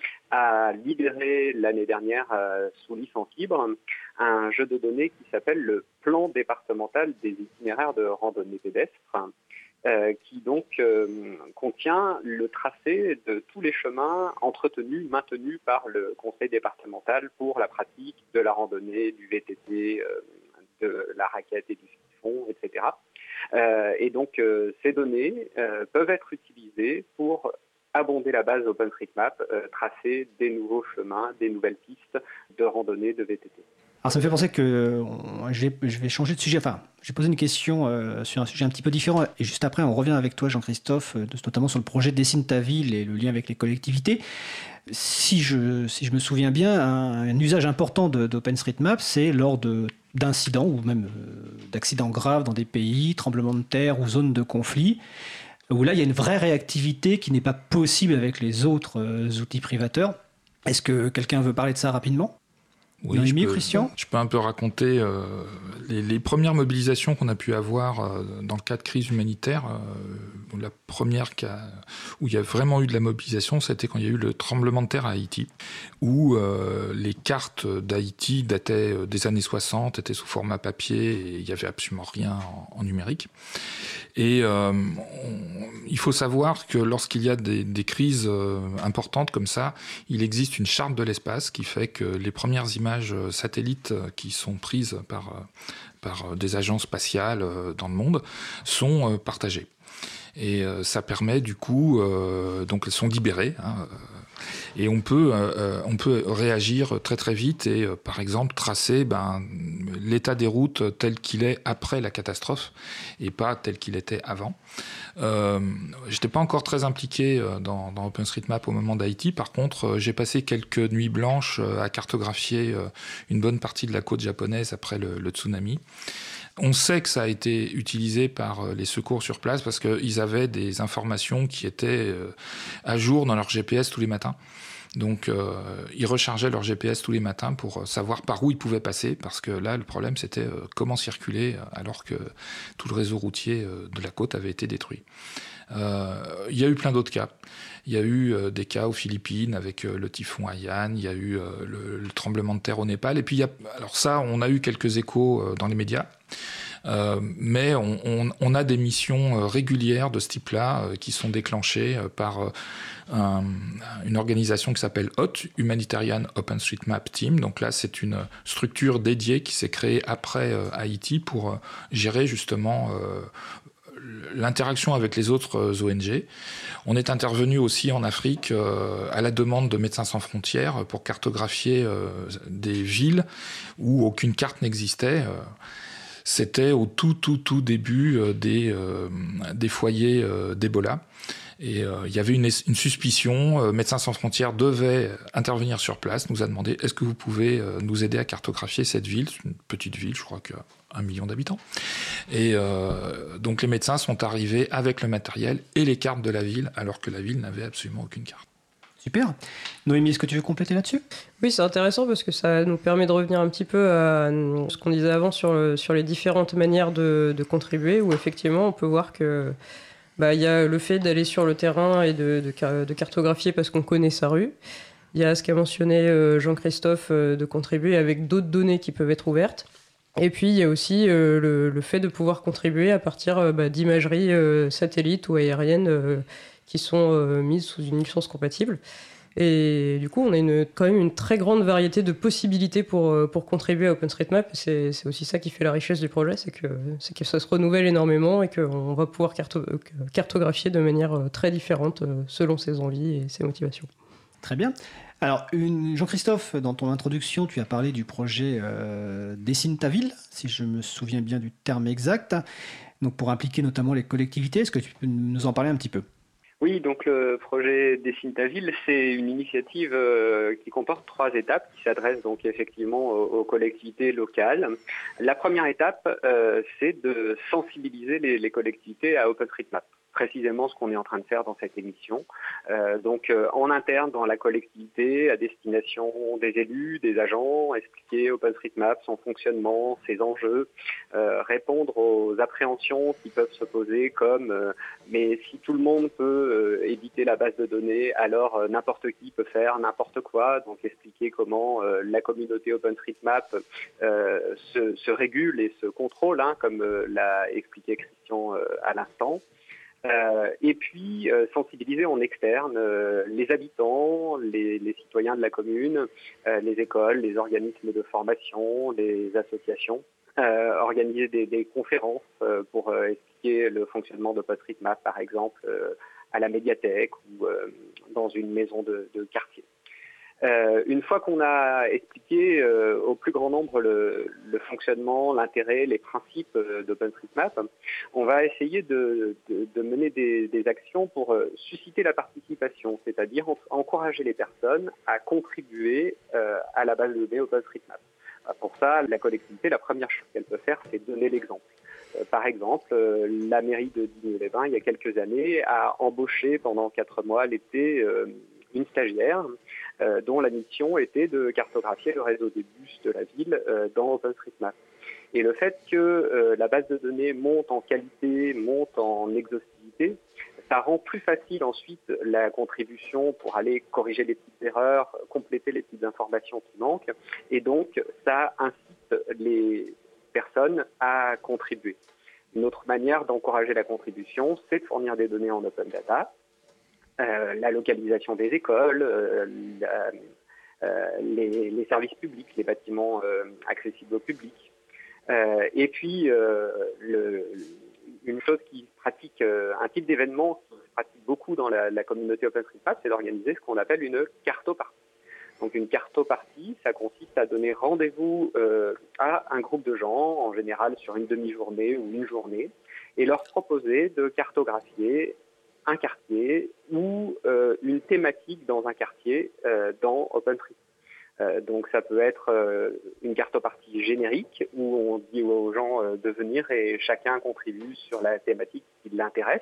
a libéré l'année dernière euh, sous licence libre un jeu de données qui s'appelle le plan départemental des itinéraires de randonnée pédestre, euh, qui donc euh, contient le tracé de tous les chemins entretenus, maintenus par le conseil départemental pour la pratique de la randonnée, du V T T, euh, de la raquette et du ski de fond, et cetera. Euh, et donc, euh, ces données euh, peuvent être utilisées pour abonder la base OpenStreetMap, euh, tracer des nouveaux chemins, des nouvelles pistes de randonnée, de V T T. Alors ça me fait penser que euh, je vais, je vais changer de sujet. Enfin, j'ai posé une question euh, sur un sujet un petit peu différent et juste après on revient avec toi Jean-Christophe, euh, notamment sur le projet Dessine ta ville et le lien avec les collectivités. Si je, si je me souviens bien, un, un usage important de, d'OpenStreetMap, c'est lors de, d'incidents ou même euh, d'accidents graves dans des pays, tremblements de terre ou zones de conflit, où là il y a une vraie réactivité qui n'est pas possible avec les autres euh, outils privateurs. Est-ce que quelqu'un veut parler de ça rapidement ? Oui, Noémie, je peux, Christian ? je peux un peu raconter euh, les, les premières mobilisations qu'on a pu avoir euh, dans le cas de crise humanitaire. Euh, la première qui a, où il y a vraiment eu de la mobilisation, c'était quand il y a eu le tremblement de terre à Haïti, où euh, les cartes d'Haïti dataient des années soixante, étaient sous format papier et il n'y avait absolument rien en, en numérique. Et euh, on, il faut savoir que lorsqu'il y a des, des crises euh, importantes comme ça, il existe une charte de l'espace qui fait que les premières images satellites qui sont prises par, par des agences spatiales dans le monde sont partagées. Et ça permet du coup, euh, donc elles sont libérées, hein, et on peut, euh, on peut réagir très très vite et euh, par exemple tracer ben, l'état des routes tel qu'il est après la catastrophe et pas tel qu'il était avant. Euh, j'étais pas encore très impliqué dans, dans OpenStreetMap au moment d'Haïti. Par contre, j'ai passé quelques nuits blanches à cartographier une bonne partie de la côte japonaise après le, le tsunami. On sait que ça a été utilisé par les secours sur place parce qu'ils avaient des informations qui étaient à jour dans leur G P S tous les matins. Donc, euh, ils rechargeaient leur G P S tous les matins pour savoir par où ils pouvaient passer, parce que là, le problème, c'était euh, comment circuler alors que tout le réseau routier euh, de la côte avait été détruit. Euh, il y a eu plein d'autres cas. Il y a eu euh, des cas aux Philippines avec euh, le typhon Haiyan, il y a eu euh, le, le tremblement de terre au Népal. Et puis, il y a, alors ça, on a eu quelques échos euh, dans les médias. Euh, mais on, on, on a des missions euh, régulières de ce type-là euh, qui sont déclenchées euh, par euh, un, une organisation qui s'appelle H O T, Humanitarian OpenStreetMap Team. Donc là, c'est une structure dédiée qui s'est créée après euh, Haïti pour euh, gérer justement euh, l'interaction avec les autres O N G. On est intervenu aussi en Afrique euh, à la demande de Médecins sans frontières pour cartographier euh, des villes où aucune carte n'existait. Euh, C'était au tout, tout, tout début euh, des, euh, des foyers euh, d'Ebola. Et il euh, y avait une, une suspicion. Euh, Médecins sans frontières devait intervenir sur place, nous a demandé « Est-ce que vous pouvez euh, nous aider à cartographier cette ville ?» C'est une petite ville, je crois qu'il y a un million d'habitants. Et euh, donc les médecins sont arrivés avec le matériel et les cartes de la ville, alors que la ville n'avait absolument aucune carte. Super. Noémie, est-ce que tu veux compléter là-dessus ? Oui, c'est intéressant parce que ça nous permet de revenir un petit peu à ce qu'on disait avant sur, le, sur les différentes manières de, de contribuer, où effectivement on peut voir que bah, y a le fait d'aller sur le terrain et de, de, de cartographier parce qu'on connaît sa rue. Il y a ce qu'a mentionné Jean-Christophe de contribuer avec d'autres données qui peuvent être ouvertes. Et puis il y a aussi euh, le, le fait de pouvoir contribuer à partir euh, bah, d'imageries euh, satellites ou aériennes euh, qui sont euh, mises sous une licence compatible. Et du coup, on a une, quand même une très grande variété de possibilités pour, pour contribuer à OpenStreetMap. C'est, c'est aussi ça qui fait la richesse du projet, c'est que, c'est que ça se renouvelle énormément et qu'on va pouvoir carto- cartographier de manière très différente selon ses envies et ses motivations. Très bien. Alors, une... Jean-Christophe, dans ton introduction, tu as parlé du projet euh, Dessine ta ville, si je me souviens bien du terme exact, donc pour impliquer notamment les collectivités. Est-ce que tu peux nous en parler un petit peu ? Oui, donc le projet Dessine ta ville, c'est une initiative euh, qui comporte trois étapes qui s'adressent donc effectivement aux, aux collectivités locales. La première étape, euh, c'est de sensibiliser les, les collectivités à OpenStreetMap. Précisément ce qu'on est en train de faire dans cette émission. Euh, donc euh, en interne dans la collectivité, à destination des élus, des agents, expliquer OpenStreetMap, son fonctionnement, ses enjeux, euh, répondre aux appréhensions qui peuvent se poser comme euh, mais si tout le monde peut euh, éditer la base de données, alors euh, n'importe qui peut faire n'importe quoi. Donc expliquer comment euh, la communauté OpenStreetMap euh, se, se régule et se contrôle, hein, comme euh, l'a expliqué Christian euh, à l'instant. Euh, et puis euh, sensibiliser en externe euh, les habitants, les, les citoyens de la commune, euh, les écoles, les organismes de formation, les associations, euh, organiser des, des conférences euh, pour euh, expliquer le fonctionnement d'OpenStreetMap par exemple euh, à la médiathèque ou euh, dans une maison de, de quartier. Euh, une fois qu'on a expliqué euh, au plus grand nombre le, le fonctionnement, l'intérêt, les principes euh, d'OpenStreetMap, on va essayer de, de, de mener des, des actions pour euh, susciter la participation, c'est-à-dire en, encourager les personnes à contribuer euh, à la base de données OpenStreetMap. Pour ça, la collectivité, la première chose qu'elle peut faire, c'est donner l'exemple. Euh, par exemple, euh, la mairie de Digne-les-Bains, il y a quelques années, a embauché pendant quatre mois l'été euh, une stagiaire euh, dont la mission était de cartographier le réseau des bus de la ville euh, dans OpenStreetMap. Et le fait que euh, la base de données monte en qualité, monte en exhaustivité, ça rend plus facile ensuite la contribution pour aller corriger les petites erreurs, compléter les petites informations qui manquent, et donc ça incite les personnes à contribuer. Une autre manière d'encourager la contribution, c'est de fournir des données en open data. Euh, la localisation des écoles, euh, la, euh, les, les services publics, les bâtiments euh, accessibles au public. Euh, et puis, euh, le, une chose qui se pratique, euh, un type d'événement qui se pratique beaucoup dans la, la communauté OpenStreetMap, c'est d'organiser ce qu'on appelle une cartopartie. Donc une cartopartie, ça consiste à donner rendez-vous euh, à un groupe de gens, en général sur une demi-journée ou une journée, et leur proposer de cartographier un quartier ou euh, une thématique dans un quartier euh, dans OpenStreetMap. Euh, donc ça peut être euh, une cartopartie générique où on dit aux gens euh, de venir et chacun contribue sur la thématique qui l'intéresse,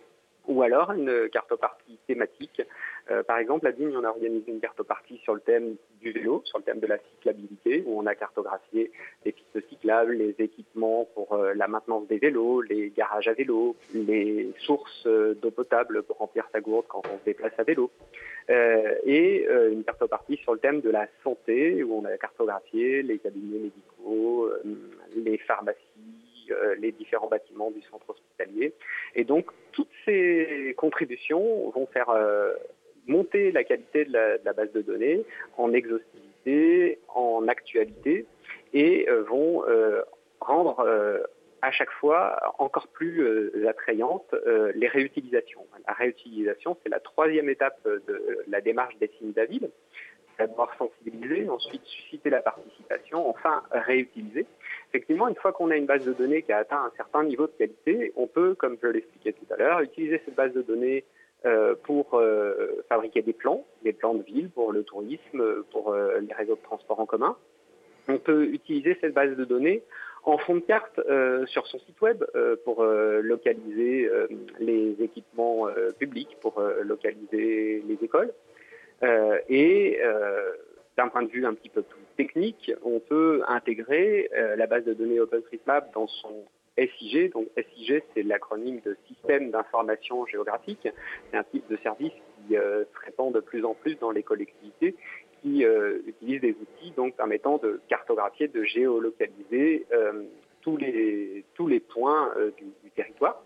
ou alors une cartopartie thématique. Euh, par exemple, à Digne, on a organisé une cartopartie sur le thème du vélo, sur le thème de la cyclabilité, où on a cartographié les pistes cyclables, les équipements pour euh, la maintenance des vélos, les garages à vélo, les sources euh, d'eau potable pour remplir sa gourde quand on se déplace à vélo. Euh, et euh, une cartopartie sur le thème de la santé, où on a cartographié les cabinets médicaux, euh, les pharmacies, euh, les différents bâtiments du centre hospitalier. Et donc, toutes ces contributions vont faire euh, monter la qualité de la, de la base de données en exhaustivité, en actualité, et euh, vont euh, rendre euh, à chaque fois encore plus euh, attrayantes euh, les réutilisations. La réutilisation, c'est la troisième étape de la démarche Dessine ta ville. D'abord sensibiliser, ensuite susciter la participation, enfin réutiliser. Effectivement, une fois qu'on a une base de données qui a atteint un certain niveau de qualité, on peut, comme je l'expliquais tout à l'heure, utiliser cette base de données euh, pour euh, fabriquer des plans, des plans de ville pour le tourisme, pour euh, les réseaux de transport en commun. On peut utiliser cette base de données en fond de carte euh, sur son site web euh, pour euh, localiser euh, les équipements euh, publics, pour euh, localiser les écoles. Euh, et euh, d'un point de vue un petit peu plus technique, on peut intégrer euh, la base de données OpenStreetMap dans son S I G. Donc S I G, c'est l'acronyme de Système d'information géographique. C'est un type de service qui euh, se répand de plus en plus dans les collectivités, qui euh, utilisent des outils donc permettant de cartographier, de géolocaliser euh, tous les tous les points euh, du, du territoire.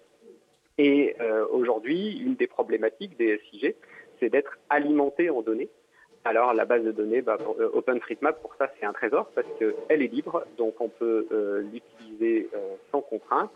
Et euh, aujourd'hui, une des problématiques des S I G, c'est d'être alimenté en données. Alors la base de données, bah, pour, euh, OpenStreetMap, pour ça, c'est un trésor parce qu'elle est libre, donc on peut euh, l'utiliser euh, sans contrainte.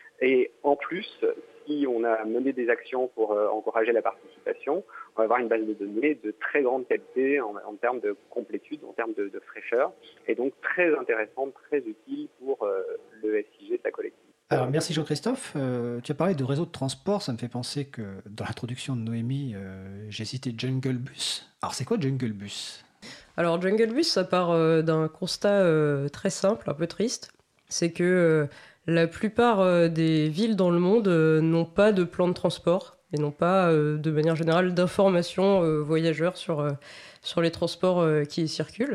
Et en plus, si on a mené des actions pour euh, encourager la participation, on va avoir une base de données de très grande qualité en, en termes de complétude, en termes de, de fraîcheur, et donc très intéressante, très utile pour euh, le S I G de la collectivité. Alors, merci Jean-Christophe. Euh, tu as parlé de réseau de transport. Ça me fait penser que dans l'introduction de Noémie, euh, j'ai cité Jungle Bus. Alors, c'est quoi Jungle Bus ? Alors, Jungle Bus, ça part euh, d'un constat euh, très simple, un peu triste. C'est que euh, la plupart euh, des villes dans le monde euh, n'ont pas de plan de transport et n'ont pas, euh, de manière générale, d'informations euh, voyageurs sur, euh, sur les transports euh, qui y circulent.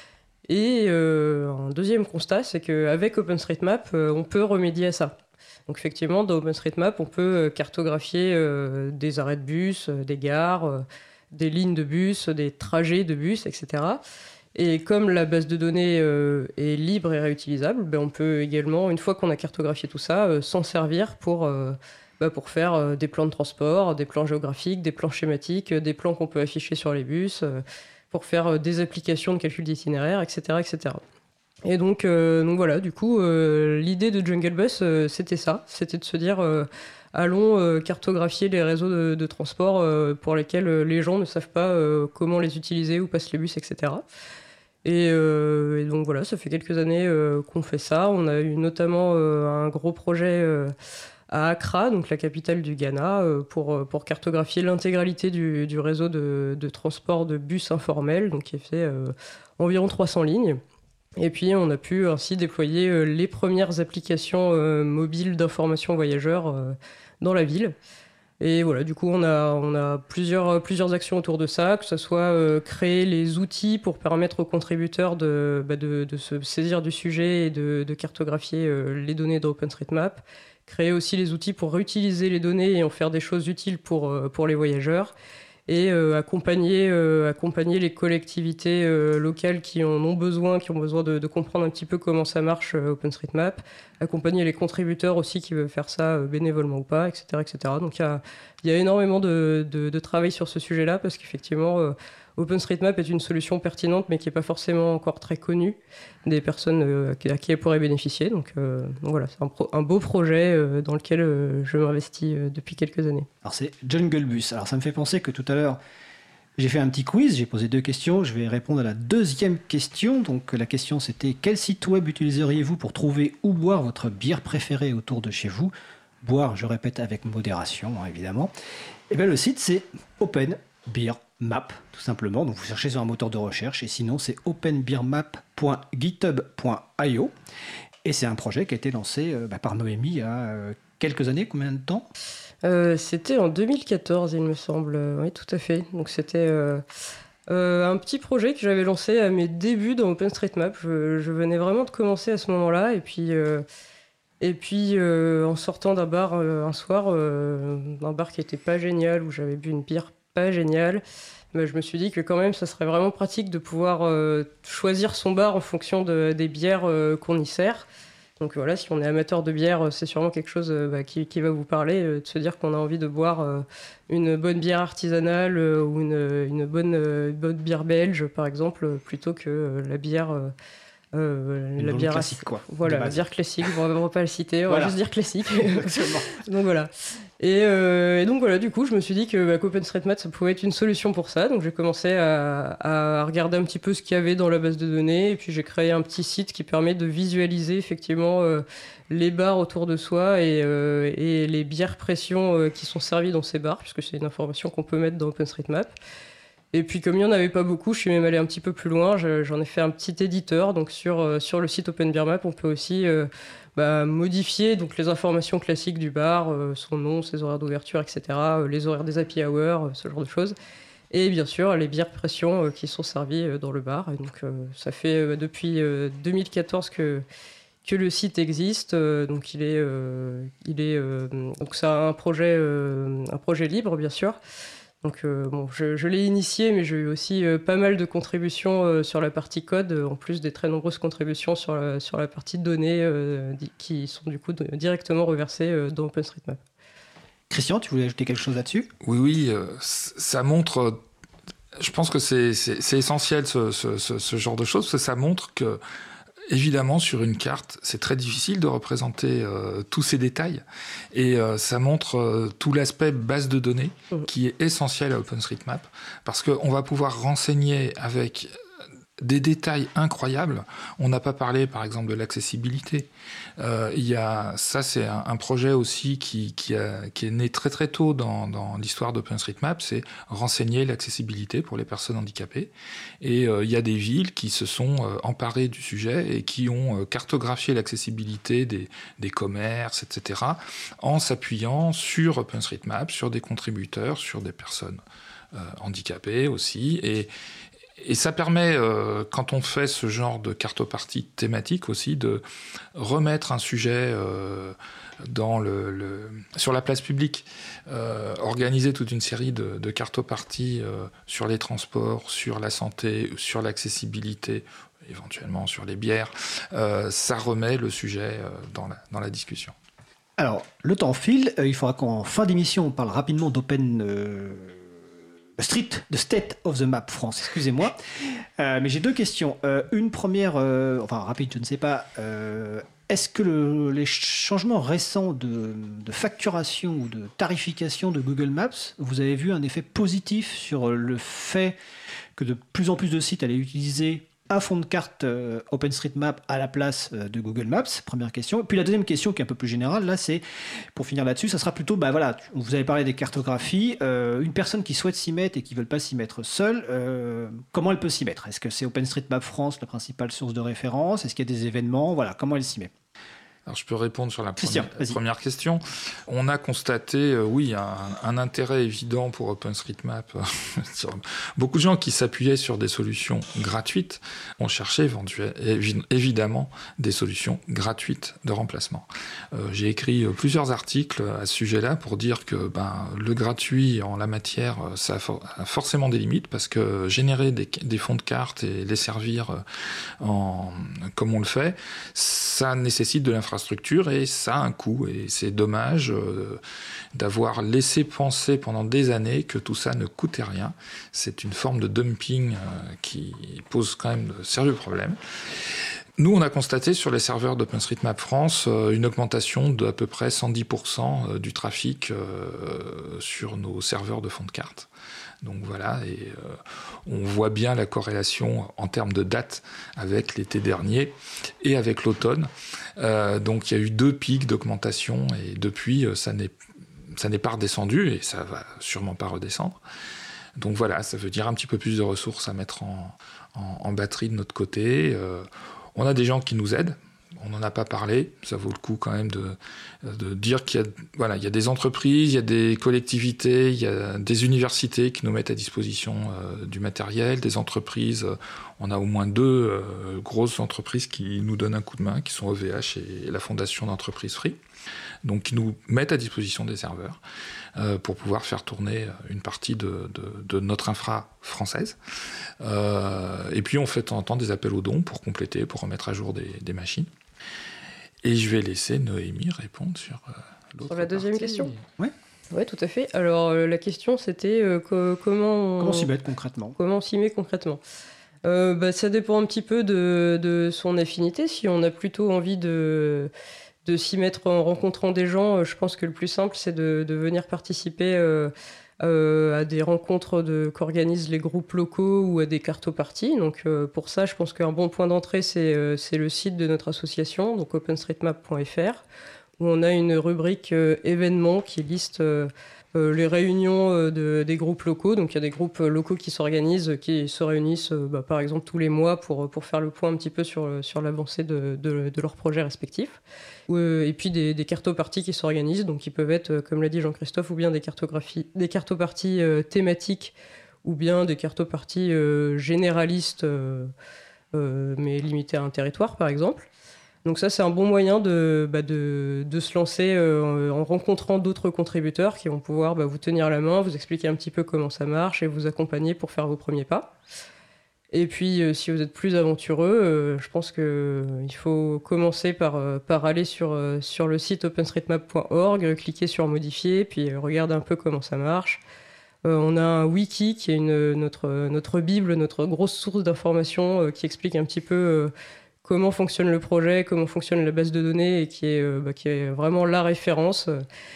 Et euh, un deuxième constat, c'est qu'avec OpenStreetMap, euh, on peut remédier à ça. Donc effectivement, dans OpenStreetMap, on peut cartographier euh, des arrêts de bus, euh, des gares, euh, des lignes de bus, des trajets de bus, et cetera. Et comme la base de données euh, est libre et réutilisable, ben on peut également, une fois qu'on a cartographié tout ça, euh, s'en servir pour, euh, bah, pour faire euh, des plans de transport, des plans géographiques, des plans schématiques, euh, des plans qu'on peut afficher sur les bus, euh, pour faire des applications de calcul d'itinéraire, et cetera, et cetera. Et donc, euh, donc voilà, du coup, euh, l'idée de Jungle Bus, euh, c'était ça, c'était de se dire, euh, allons euh, cartographier les réseaux de, de transport euh, pour lesquels euh, les gens ne savent pas euh, comment les utiliser, où passent les bus, et cetera. Et, euh, et donc voilà, ça fait quelques années euh, qu'on fait ça. On a eu notamment euh, un gros projet euh, à Accra, donc la capitale du Ghana, euh, pour, pour cartographier l'intégralité du, du réseau de, de transport de bus informels, donc qui fait euh, environ trois cents lignes. Et puis on a pu ainsi déployer euh, les premières applications euh, mobiles d'information voyageurs euh, dans la ville. Et voilà, du coup, on a, on a plusieurs, plusieurs actions autour de ça, que ce soit euh, créer les outils pour permettre aux contributeurs de, bah de, de se saisir du sujet et de, de cartographier euh, les données d'OpenStreetMap, créer aussi les outils pour réutiliser les données et en faire des choses utiles pour, euh, pour les voyageurs, et euh, accompagner, euh, accompagner les collectivités euh, locales qui en ont besoin, qui ont besoin de, de comprendre un petit peu comment ça marche euh, OpenStreetMap, accompagner les contributeurs aussi qui veulent faire ça euh, bénévolement ou pas, et cetera, et cetera. Donc il y a, y a énormément de, de, de travail sur ce sujet-là parce qu'effectivement euh, OpenStreetMap est une solution pertinente mais qui n'est pas forcément encore très connue des personnes euh, à qui elle pourrait bénéficier. Donc, euh, donc voilà, c'est un, pro, un beau projet euh, dans lequel euh, je m'investis euh, depuis quelques années. Alors c'est Jungle Bus. Alors ça me fait penser que tout à l'heure, j'ai fait un petit quiz, j'ai posé deux questions. Je vais répondre à la deuxième question. Donc la question c'était: quel site web utiliseriez-vous pour trouver ou boire votre bière préférée autour de chez vous? Boire, je répète, avec modération, hein, évidemment. Et bien le site c'est Open Beer Map, tout simplement. Donc vous cherchez sur un moteur de recherche, et sinon c'est open beer map point github point io. Et c'est un projet qui a été lancé euh, bah, par Noémie il y a euh, quelques années. Combien de temps? euh, C'était en deux mille quatorze, il me semble. Oui, tout à fait. Donc c'était euh, euh, un petit projet que j'avais lancé à mes débuts dans OpenStreetMap. Je, je venais vraiment de commencer à ce moment-là, et puis euh, et puis euh, en sortant d'un bar euh, un soir, euh, un bar qui était pas génial, où j'avais bu une bière pas géniale, bah, je me suis dit que quand même ça serait vraiment pratique de pouvoir euh, choisir son bar en fonction de, des bières euh, qu'on y sert. Donc voilà, si on est amateur de bière, c'est sûrement quelque chose euh, bah, qui, qui va vous parler, euh, de se dire qu'on a envie de boire euh, une bonne bière artisanale euh, ou une, une bonne, euh, bonne bière belge, par exemple, plutôt que euh, la bière... Euh, Euh, Une la bière classique, quoi. Voilà, la bière classique, on va, on va pas le citer, on voilà. va juste dire classique. Donc voilà. Et, euh, et donc voilà, du coup, je me suis dit que bah, qu'OpenStreetMap, ça pouvait être une solution pour ça. Donc j'ai commencé à, à regarder un petit peu ce qu'il y avait dans la base de données, et puis j'ai créé un petit site qui permet de visualiser effectivement euh, les bars autour de soi et, euh, et les bières pression euh, qui sont servies dans ces bars, puisque c'est une information qu'on peut mettre dans OpenStreetMap. Et puis comme il n'y en avait pas beaucoup, je suis même allé un petit peu plus loin, je, j'en ai fait un petit éditeur. Donc sur, euh, sur le site OpenBeerMap, on peut aussi euh, bah, modifier donc, les informations classiques du bar, euh, son nom, ses horaires d'ouverture, et cetera, euh, les horaires des happy hours, euh, ce genre de choses. Et bien sûr, les bières pression euh, qui sont servies euh, dans le bar. Et donc euh, ça fait euh, depuis euh, deux mille quatorze que, que le site existe. Euh, donc il est, euh, il est euh, donc ça a un projet, euh, un projet libre, bien sûr. Donc euh, bon, je, je l'ai initié, mais j'ai eu aussi euh, pas mal de contributions euh, sur la partie code, euh, en plus des très nombreuses contributions sur la, sur la partie données euh, di- qui sont du coup de, directement reversées euh, dans OpenStreetMap. Christian, tu voulais ajouter quelque chose là-dessus? Oui, oui, euh, ça montre... Euh, je pense que c'est, c'est, c'est essentiel ce, ce, ce, ce genre de choses, parce que ça montre que évidemment, sur une carte, c'est très difficile de représenter euh, tous ces détails. Et euh, ça montre euh, tout l'aspect base de données qui est essentiel à OpenStreetMap, parce qu'on va pouvoir renseigner avec des détails incroyables. On n'a pas parlé, par exemple, de l'accessibilité. Euh, il y a, ça, c'est un, un projet aussi qui, qui, a, qui est né très très tôt dans, dans l'histoire d'OpenStreetMap, c'est renseigner l'accessibilité pour les personnes handicapées. Et euh, il y a des villes qui se sont euh, emparées du sujet et qui ont euh, cartographié l'accessibilité des, des commerces, et cetera, en s'appuyant sur OpenStreetMap, sur des contributeurs, sur des personnes euh, handicapées aussi. Et Et ça permet, euh, quand on fait ce genre de cartopartie thématique aussi, de remettre un sujet euh, dans le, le, sur la place publique, euh, organiser toute une série de, de cartoparties euh, sur les transports, sur la santé, sur l'accessibilité, éventuellement sur les bières. Euh, ça remet le sujet euh, dans, la, dans la discussion. Alors, le temps file. Euh, il faudra qu'en fin d'émission, on parle rapidement d'Open... Euh... Street, the State of the Map France, excusez-moi. Euh, mais j'ai deux questions. Euh, une première, euh, enfin rapide, je ne sais pas. Euh, Est-ce que le, les changements récents de, de facturation ou de tarification de Google Maps, vous avez vu un effet positif sur le fait que de plus en plus de sites allaient utiliser un fond de carte euh, OpenStreetMap à la place euh, de Google Maps? Première question. Et puis la deuxième question qui est un peu plus générale, là, c'est, pour finir là-dessus, ça sera plutôt, bah voilà, vous avez parlé des cartographies, euh, une personne qui souhaite s'y mettre et qui ne veut pas s'y mettre seule, euh, comment elle peut s'y mettre? Est-ce que c'est OpenStreetMap France la principale source de référence? Est-ce qu'il y a des événements? Voilà, comment elle s'y met? Alors, je peux répondre sur la Christian, première, première question. On a constaté, euh, oui, un, un intérêt évident pour OpenStreetMap. Beaucoup de gens qui s'appuyaient sur des solutions gratuites ont cherché évi- évidemment des solutions gratuites de remplacement. Euh, j'ai écrit plusieurs articles à ce sujet-là pour dire que ben, le gratuit en la matière, ça a, for- a forcément des limites parce que générer des, des fonds de cartes et les servir en, comme on le fait, ça nécessite de l'infrastructure. Infrastructure et ça a un coût et c'est dommage euh, d'avoir laissé penser pendant des années que tout ça ne coûtait rien. C'est une forme de dumping euh, qui pose quand même de sérieux problèmes. Nous, on a constaté sur les serveurs d'OpenStreetMap France euh, une augmentation de à peu près cent dix pour cent du trafic euh, sur nos serveurs de fonds de cartes. Donc voilà, et euh, on voit bien la corrélation en termes de date avec l'été dernier et avec l'automne. Euh, donc il y a eu deux pics d'augmentation et depuis, ça n'est, ça n'est pas redescendu et ça va sûrement pas redescendre. Donc voilà, ça veut dire un petit peu plus de ressources à mettre en, en, en batterie de notre côté. Euh, on a des gens qui nous aident. On n'en a pas parlé, ça vaut le coup quand même de, de dire qu'il y a, voilà, il y a des entreprises, il y a des collectivités, il y a des universités qui nous mettent à disposition euh, du matériel, des entreprises. On a au moins deux euh, grosses entreprises qui nous donnent un coup de main, qui sont O V H et la Fondation d'entreprise Free, donc qui nous mettent à disposition des serveurs euh, pour pouvoir faire tourner une partie de, de, de notre infra française. Euh, et puis on fait de temps en temps des appels aux dons pour compléter, pour remettre à jour des, des machines. Et je vais laisser Noémie répondre sur euh, l'autre Sur la deuxième partie. question. Oui. Oui, tout à fait. Alors, euh, la question, c'était euh, co- comment... on- Comment s'y mettre concrètement? Comment on s'y met concrètement? Euh, bah, ça dépend un petit peu de, de son affinité. Si on a plutôt envie de, de s'y mettre en rencontrant des gens, euh, je pense que le plus simple, c'est de, de venir participer euh, euh, à des rencontres de, qu'organisent les groupes locaux ou à des cartoparties. Donc, euh, pour ça, je pense qu'un bon point d'entrée, c'est, euh, c'est le site de notre association, donc openstreetmap point f r, où on a une rubrique euh, événements qui liste euh, euh, les réunions euh, de, des groupes locaux. Donc il y a des groupes euh, locaux qui s'organisent, qui se réunissent euh, bah, par exemple tous les mois pour, pour faire le point un petit peu sur, sur l'avancée de, de, de leurs projets respectifs. Euh, et puis des, des cartoparties qui s'organisent, donc qui peuvent être, euh, comme l'a dit Jean-Christophe, ou bien des cartographies, des cartoparties euh, thématiques, ou bien des cartoparties euh, généralistes, euh, euh, mais limitées à un territoire par exemple. Donc ça, c'est un bon moyen de, bah de, de se lancer euh, en rencontrant d'autres contributeurs qui vont pouvoir bah, vous tenir la main, vous expliquer un petit peu comment ça marche et vous accompagner pour faire vos premiers pas. Et puis, euh, si vous êtes plus aventureux, euh, je pense qu'il euh, faut commencer par, euh, par aller sur, euh, sur le site openstreetmap point org, cliquer sur « Modifier », puis euh, regarder un peu comment ça marche. Euh, on a un wiki qui est une, notre, notre bible, notre grosse source d'informations euh, qui explique un petit peu... Euh, comment fonctionne le projet, comment fonctionne la base de données, et qui est, euh, bah, qui est vraiment la référence.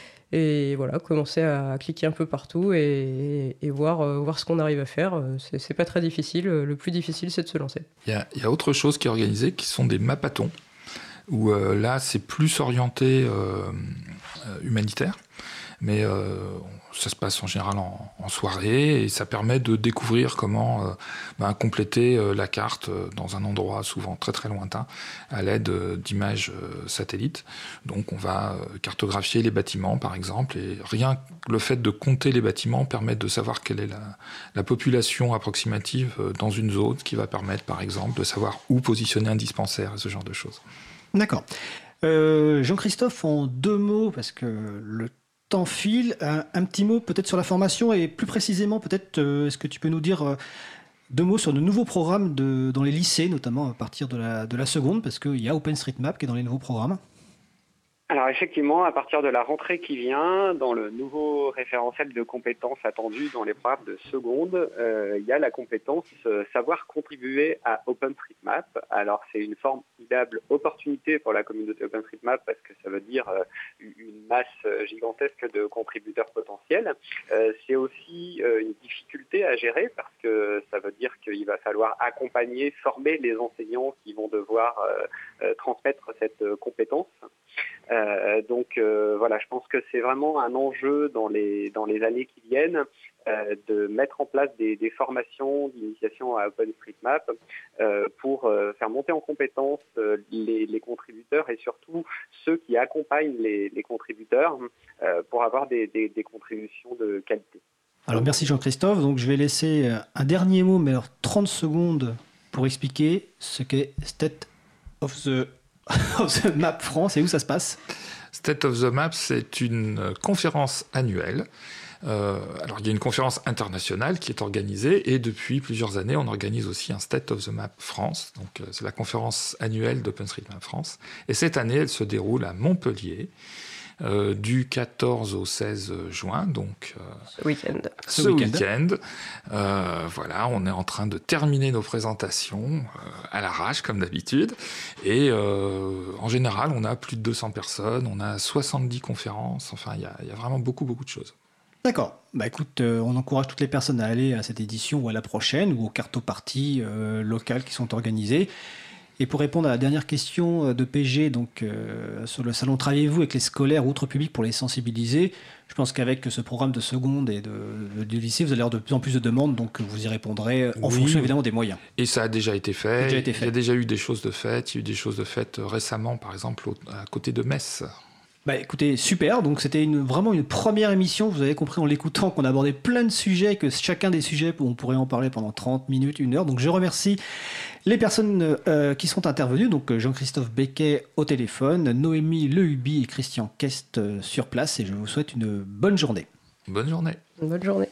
Et voilà, commencer à cliquer un peu partout et, et, et voir, euh, voir ce qu'on arrive à faire. C'est, c'est pas très difficile. Le plus difficile, c'est de se lancer. Il y a, il y a autre chose qui est organisée, qui sont des mapatons, où euh, là, c'est plus orienté euh, humanitaire. Mais euh, ça se passe en général en, en soirée et ça permet de découvrir comment euh, ben, compléter euh, la carte euh, dans un endroit souvent très très lointain à l'aide euh, d'images euh, satellites. Donc on va euh, cartographier les bâtiments par exemple et rien que le fait de compter les bâtiments permet de savoir quelle est la, la population approximative euh, dans une zone, ce qui va permettre par exemple de savoir où positionner un dispensaire et ce genre de choses. D'accord. Euh, Jean-Christophe, en deux mots, parce que le temps file, un, un petit mot peut-être sur la formation et plus précisément peut-être, euh, est-ce que tu peux nous dire euh, deux mots sur de nouveaux programmes de, dans les lycées, notamment à partir de la, de la seconde, parce qu'il y a OpenStreetMap qui est dans les nouveaux programmes. Alors effectivement, à partir de la rentrée qui vient, dans le nouveau référentiel de compétences attendues dans les programmes de seconde, euh, il y a la compétence euh, savoir contribuer à OpenStreetMap. Alors c'est une formidable opportunité pour la communauté OpenStreetMap parce que ça veut dire euh, une masse gigantesque de contributeurs potentiels. Euh, c'est aussi euh, une difficulté à gérer parce que ça veut dire qu'il va falloir accompagner, former les enseignants qui vont devoir euh, euh, transmettre cette euh, compétence. Euh, donc euh, voilà, je pense que c'est vraiment un enjeu dans les dans les années qui viennent euh, de mettre en place des, des formations d'initiation à OpenStreetMap euh, pour euh, faire monter en compétence euh, les, les contributeurs et surtout ceux qui accompagnent les, les contributeurs euh, pour avoir des, des, des contributions de qualité. Alors merci Jean-Christophe, donc je vais laisser un dernier mot, mais alors trente secondes pour expliquer ce qu'est State of the of the Map France et où ça se passe. State of the Map, c'est une conférence annuelle. Euh, alors, il y a une conférence internationale qui est organisée et depuis plusieurs années, on organise aussi un State of the Map France. Donc, euh, c'est la conférence annuelle d'OpenStreetMap France. Et cette année, elle se déroule à Montpellier. Euh, du quatorze au seize juin, donc euh, ce week-end. Ce, ce week-end, week-end. Euh, voilà, on est en train de terminer nos présentations euh, à l'arrache comme d'habitude, et euh, en général, on a plus de deux cents personnes, on a soixante-dix conférences, enfin, il y a, y a vraiment beaucoup, beaucoup de choses. D'accord. Bah écoute, euh, on encourage toutes les personnes à aller à cette édition ou à la prochaine ou aux cartoparties euh, locales qui sont organisées. Et pour répondre à la dernière question de P G, donc euh, sur le salon Travaillez-vous avec les scolaires ou autres publics pour les sensibiliser, je pense qu'avec ce programme de seconde et de, de, de lycée, vous allez avoir de plus en plus de demandes, donc vous y répondrez en oui, fonction évidemment des moyens. Et ça a déjà été fait. déjà été fait. Il y a déjà eu des choses de faites. Il y a eu des choses de faites récemment, par exemple, au, à côté de Metz. Bah écoutez, super, donc c'était une, vraiment une première émission, vous avez compris en l'écoutant qu'on abordait plein de sujets, que chacun des sujets, on pourrait en parler pendant trente minutes, une heure, donc je remercie les personnes euh, qui sont intervenues, donc Jean-Christophe Becquet au téléphone, Noémie Lehuby et Christian Kest euh, sur place, et je vous souhaite une bonne journée. Bonne journée. Bonne journée.